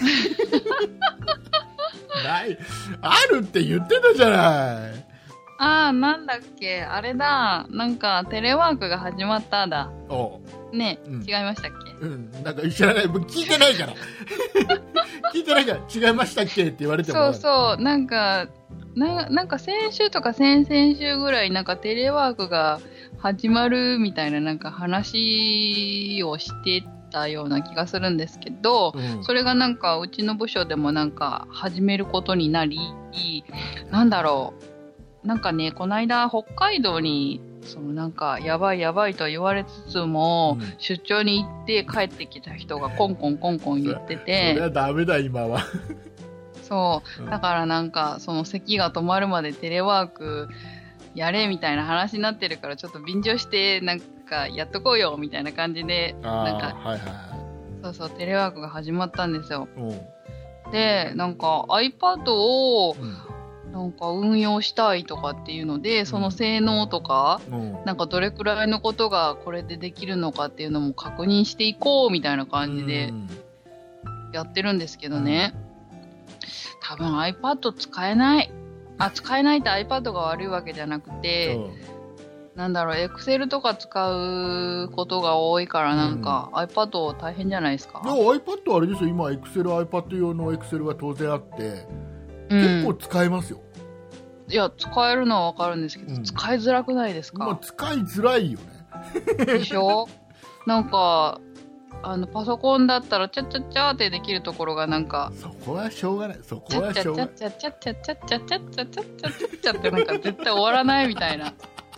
あるって言ってたじゃない。 なんだっけ、あれだ、なんかテレワークが始まっただ。ね、違いましたっけ？ なんか知らない、聞いてないから聞いてないから違いましたっけって言われても、 そうなんか先週とか先々週ぐらいなんかテレワークが始まるみたいななんか話をしてたような気がするんですけど、それがなんかうちの部署でもなんか始めることになり、なんだろう、なんかね、この間北海道になんかやばいと言われつつも、出張に行って帰ってきた人がコンコン言ってて、 それはダメだ今は。 そうだからなんか咳が止まるまでテレワークやれみたいな話になってるから、ちょっと便乗してなんかやっとこうよみたいな感じで、なんか、そうテレワークが始まったんですよ。でなんか iPad をなんか運用したいとかっていうので、その性能とか、なんかどれくらいのことがこれでできるのかっていうのも確認していこうみたいな感じでやってるんですけどね、多分 iPad 使えないって iPad が悪いわけじゃなくて、なんだろう、Excel とか使うことが多いからなんか、iPad 大変じゃないですか。 iPad はあれですよ、今 Excel、iPad 用の Excel が当然あって、結構使えますよ。 いや、使えるのはわかるんですけど、使いづらくないですか？ 使いづらいよね。 でしょ？なんか、パソコンだったら、チャッチャッチャーってできるところがなんか、 そこはしょうがない。そこはしょうがない。 チャッチャッチャッチャッチャッチャッチャッチャッチャッチャッチャッチャッってなんか絶対終わらないみたいな。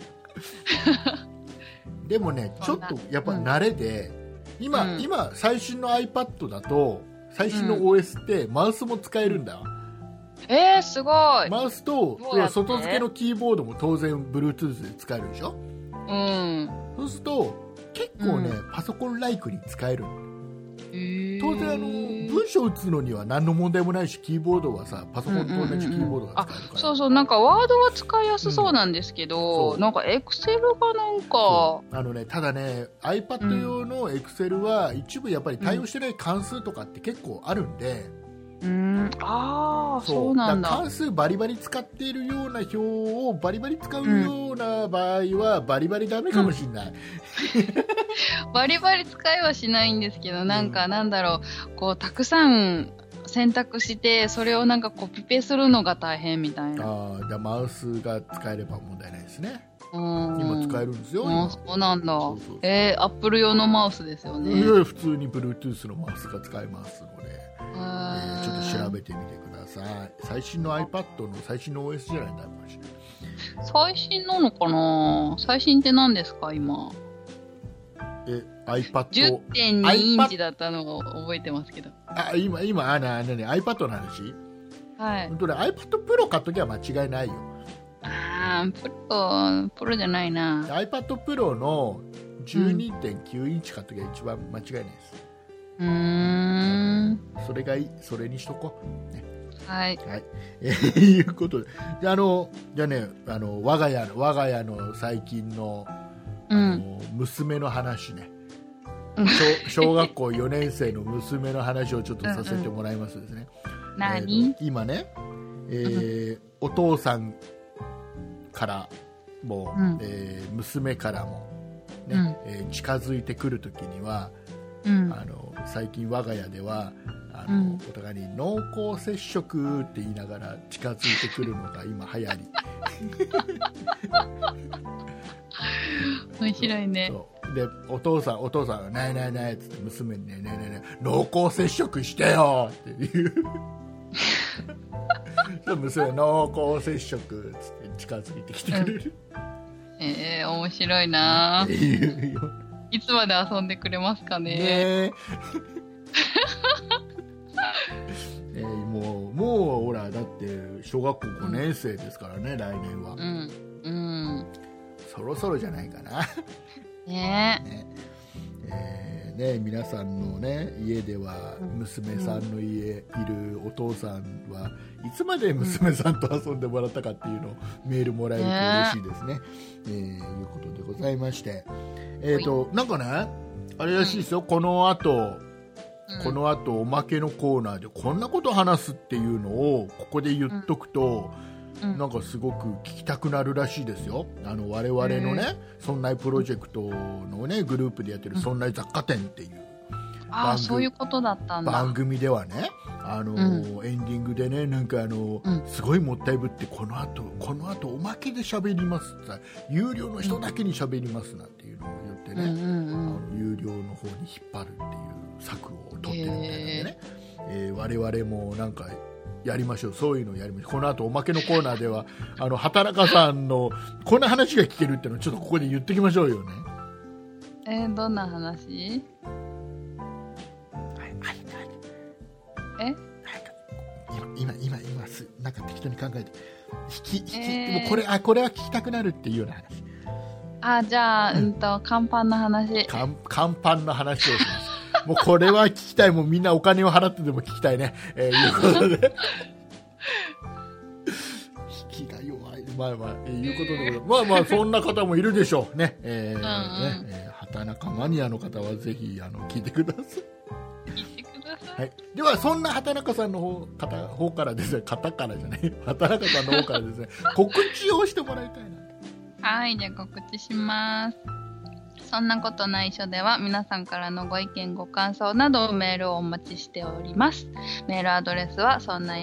でもね、ちょっとやっぱ慣れで、今最新の iPad だと、最新の OS ってマウスも使えるんだ。 すごい。 マウスと外付けのキーボードも当然 Bluetooth で使えるでしょ。そうすると結構ね、パソコンライクに使える。当然文章打つのには何の問題もないし、キーボードはさ、パソコンと同じキーボードが使えるから。 そうそう、なんかワードは使いやすそうなんですけど、なんかエクセルがなんかただね、 iPad 用のエクセルは一部やっぱり対応してない関数とかって結構あるんで、 そうなんだ。 関数バリバリ使っているような表をバリバリ使うような場合はバリバリダメかもしれない。 バリバリ使いはしないんですけど、なんかなんだろう、こうたくさん選択してそれをなんかコピペするのが大変みたいな。 じゃあマウスが使えれば問題ないですね。今使えるんですよ。 そうなんだ。アップル用のマウスですよね。 普通に Bluetooth のマウスが使えますので、ちょっと調べてみてください。最新の iPad の最新の OS じゃないんだろうし。 最新なのかな？最新って何ですか今 ？iPad 10.2 インチだったのを覚えてますけど。 今iPad の話？はい。本当ね、iPad Pro 買っときは間違いないよ。 プロじゃないな。 iPad Pro の 12.9 インチ買っときは一番間違いないです。それがいい。それにしとこう。ね、はい。はい。いうことで。じゃあね、我が家の最近の、娘の話ね。小学校4年生の娘の話をちょっとさせてもらいますですね。 何？ 今ね、お父さんからも、娘からも、ね、近づいてくるときには、最近我が家ではお互いに濃厚接触って言いながら近づいてくるのが今流行り。 面白いね。 でお父さんねえねえねえっつって娘にねえねえねえ濃厚接触してよって言う。娘濃厚接触っつって近づいてきてくれる。 面白いな。いつまで遊んでくれますかね。 もうほらだって小学校5年生ですからね、来年は。そろそろじゃないかな。皆さんの、ね、家では娘さんの家いるお父さんはいつまで娘さんと遊んでもらったかっていうのをメールもらえると嬉しいですね。いうことでございまして、なんかねあれらしいですよ、この後おまけのコーナーでこんなこと話すっていうのをここで言っとくと、なんかすごく聞きたくなるらしいですよ。我々のね、そんないプロジェクトのねグループでやってるそんない雑貨店っていうそういうことだったんだ。 番組ではね、エンディングでね、なんかすごいもったいぶってこの後おまけで喋りますって有料の人だけに喋りますなんていうのを言ってね、有料の方に引っ張るっていう策を取ってるみたいなんでね、我々もなんかやりましょう。そういうのをやりましょう。この後おまけのコーナーでは畑中さんのこんな話が聞けるっていうのをちょっとここで言ってきましょうよね。 どんな話？ 今なんか適当に考えてもうこれは聞きたくなるっていうような話。じゃあ、乾パンの話。 乾パンの話をします。もうこれは聞きたい。もうみんなお金を払ってでも聞きたいね。いうことで引きが弱い。いうことでそんな方もいるでしょうね。畑中マニアの方はぜひ聞いてください。はい、ではそんな畑中さんの方からですね、畑中さんの方からですね告知をしてもらいたいな。 はい、じゃあ告知します。 そんなことないしょでは皆さんからのご意見ご感想などメールをお待ちしております。メールアドレスはそんない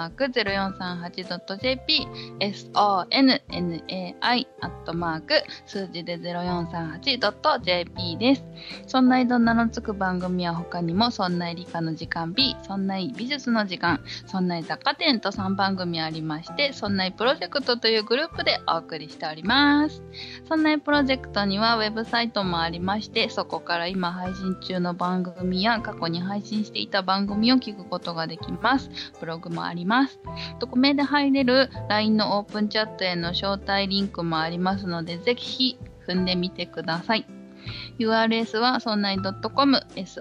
@0438.jp sonnai 数字で 0438.jp です。そんないどんなのつく番組は他にもそんない理科の時間 B、そんない美術の時間、そんない雑貨店と3番組ありまして、そんないプロジェクトというグループでお送りしております。そんないプロジェクトにはウェブサイトもありまして、そこから今配信中の番組や過去に配信していた番組を聞くことができます。ブログもあります。匿名で入れる LINE のオープンチャットへの招待リンクもありますので、ぜひ踏んでみてください。URL はそんない .com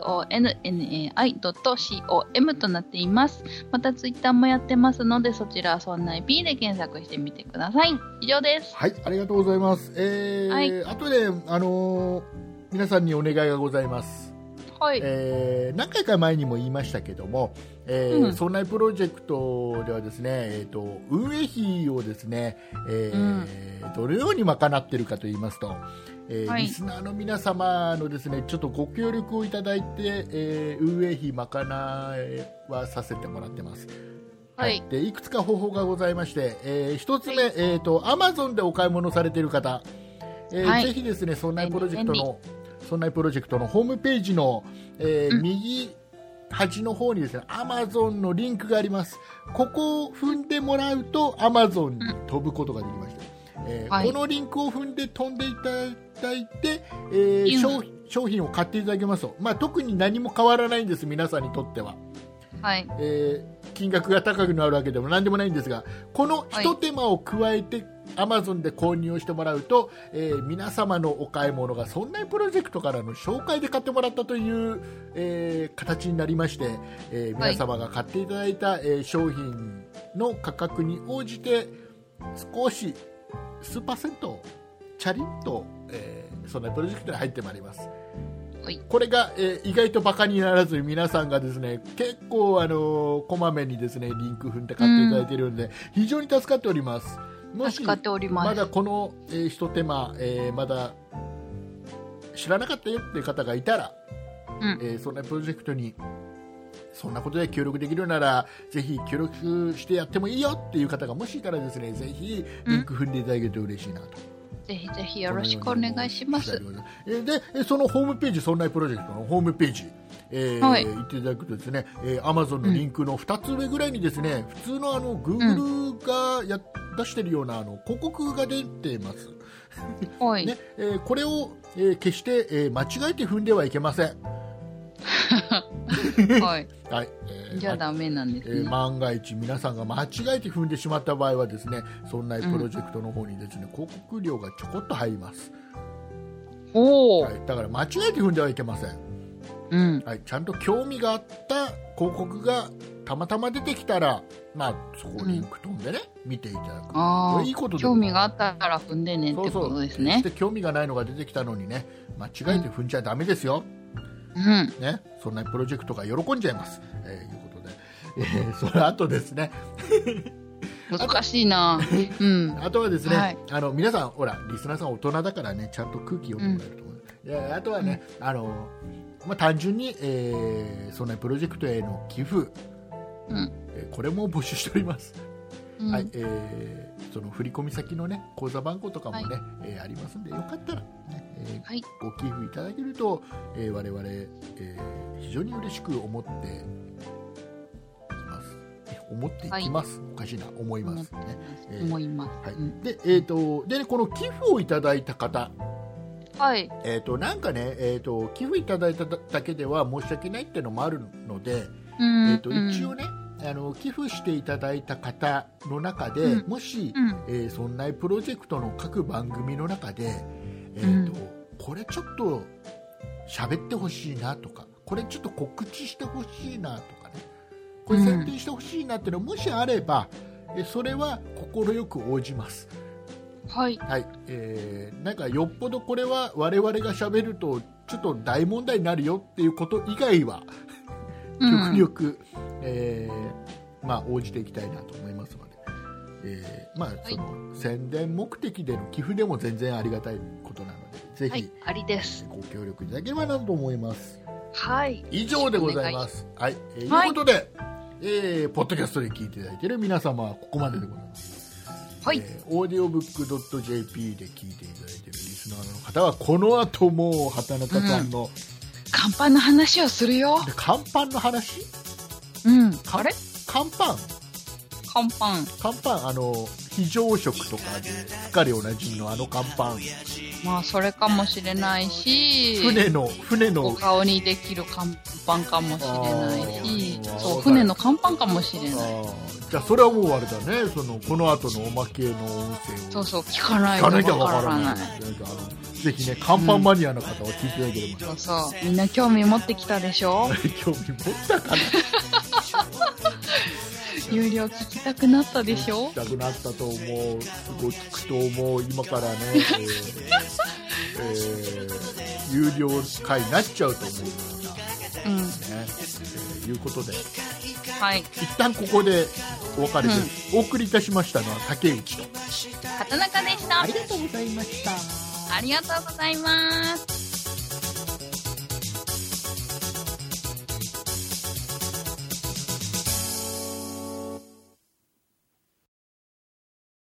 sonnai.com となっています。またツイッターもやってますので、そちらはそんない B で検索してみてください。以上です。 はい、ありがとうございます。 はい、 あとで、皆さんにお願いがございます。 はい、 何回か前にも言いましたけども、そんないプロジェクトではですね、運営費をですね、どのように賄っているかと言いますと、 はい、 リスナーの皆様のですねちょっとご協力をいただいて、運営費賄いはさせてもらってます。 はい、 でいくつか方法がございまして、一つ目、Amazon でお買い物されている方、 はい、 ぜひですねそんないプロジェクトのホームページの、右端の方にですね Amazon のリンクがあります。ここを踏んでもらうと Amazon に飛ぶことができまして、はい、このリンクを踏んで飛んでいただいて、商品を買っていただけますと、特に何も変わらないんです。皆さんにとっては、 はい、 金額が高くなるわけでも何でもないんですが、この一手間を加えて、Amazon で購入をしてもらうと、皆様のお買い物がそんないプロジェクトからの紹介で買ってもらったという、形になりまして、皆様が買っていただいた、商品の価格に応じて少し数パーセントチャリンと、そんなプロジェクトに入ってまいります。これが、意外とバカにならずに皆さんがですね結構こまめにですねリンク踏んで買っていただいているので、非常に助かっております。もしまだこの、一手間、まだ知らなかったよっていう方がいたら、そんなプロジェクトにそんなことで協力できるならぜひ協力してやってもいいよっていう方がもしいたらですね、ぜひリンク踏んでいただけると嬉しいなと。 ぜひぜひよろしくお願いします。 でそのホームページ、そんないプロジェクトのホームページ、行っていただくとですね、Amazon のリンクの2つ上ぐらいにですね、普通のGoogle が出しているような広告が出ています。ね、これを、決して、間違えて踏んではいけません。 はい、はい、じゃあダメなんですね。 万が一皆さんが間違えて踏んでしまった場合はですね、そんなプロジェクトの方にですね、広告料がちょこっと入ります。はい、だから間違えて踏んではいけません。はい、ちゃんと興味があった広告がたまたま出てきたら、そこリンク飛んでね、見ていただく。これいいことで、 興味があったから踏んでねってことですね。 そして興味がないのが出てきたのにね、間違えて踏んじゃダメですよ。ね、そんなプロジェクトが喜んじゃいます。いうことで、その後ですね難しいな。 あとはですね、皆さんほらリスナーさん大人だからね、ちゃんと空気読んでもらえると思う。あとはね、単純に、そんなプロジェクトへの寄付、これも募集しております。はい、その振込先のね口座番号とかもね、ありますんで、よかったらね、ご寄付いただけると、我々、非常に嬉しく思っています。おかしいな、思いますね。 思います。 はい。で、でね、この寄付をいただいた方、 はい。 なんかね、寄付いただいただけでは申し訳ないっていうのもあるので、一応ね、寄付していただいた方の中で、もし、そんなプロジェクトの各番組の中で、これちょっと喋ってほしいなとか、これちょっと告知してほしいなとかね、これ宣伝してほしいなっていうのがもしあれば、それは快く応じます。 はい、 はい。なんかよっぽどこれは我々が喋るとちょっと大問題になるよっていうこと以外は極力、応じていきたいなと思いますので、 まあ、その宣伝目的での寄付でも全然ありがたいことなので、ぜひ、 ありです。 ご協力いただければなと思います。 はい。 以上でございます。はい。ということで、ポッドキャストで聞いていただいている皆様はここまででございます。 はい。 audiobook.jp で聞いていただいているリスナーの方は、この後もう畑中さんの、 乾パンの話をするよ。 乾パンの話？あれ？乾パン？乾パン、非常食とかですっかりおなじみの乾パン。 まあ、それかもしれないし、 船のお顔にできる乾パンかもしれないし、そう、船の乾パンかもしれない。 じゃあ、それはもうあれだね、この後のおまけの音声を。 そう、聞かないとわからない。 ぜひね、乾パンマニアの方は聞いていただければ、 そう、みんな興味持ってきたでしょ興味持ったかな有料聞きたくなったでしょ。 聞きたくなったと思う。すごい聞くと思う。今からね、有料会になっちゃうと思うね。いうことで、 はい。 一旦ここでお別れです。お送りいたしましたのは竹内と畑中でした。 ありがとうございました。 ありがとうございます。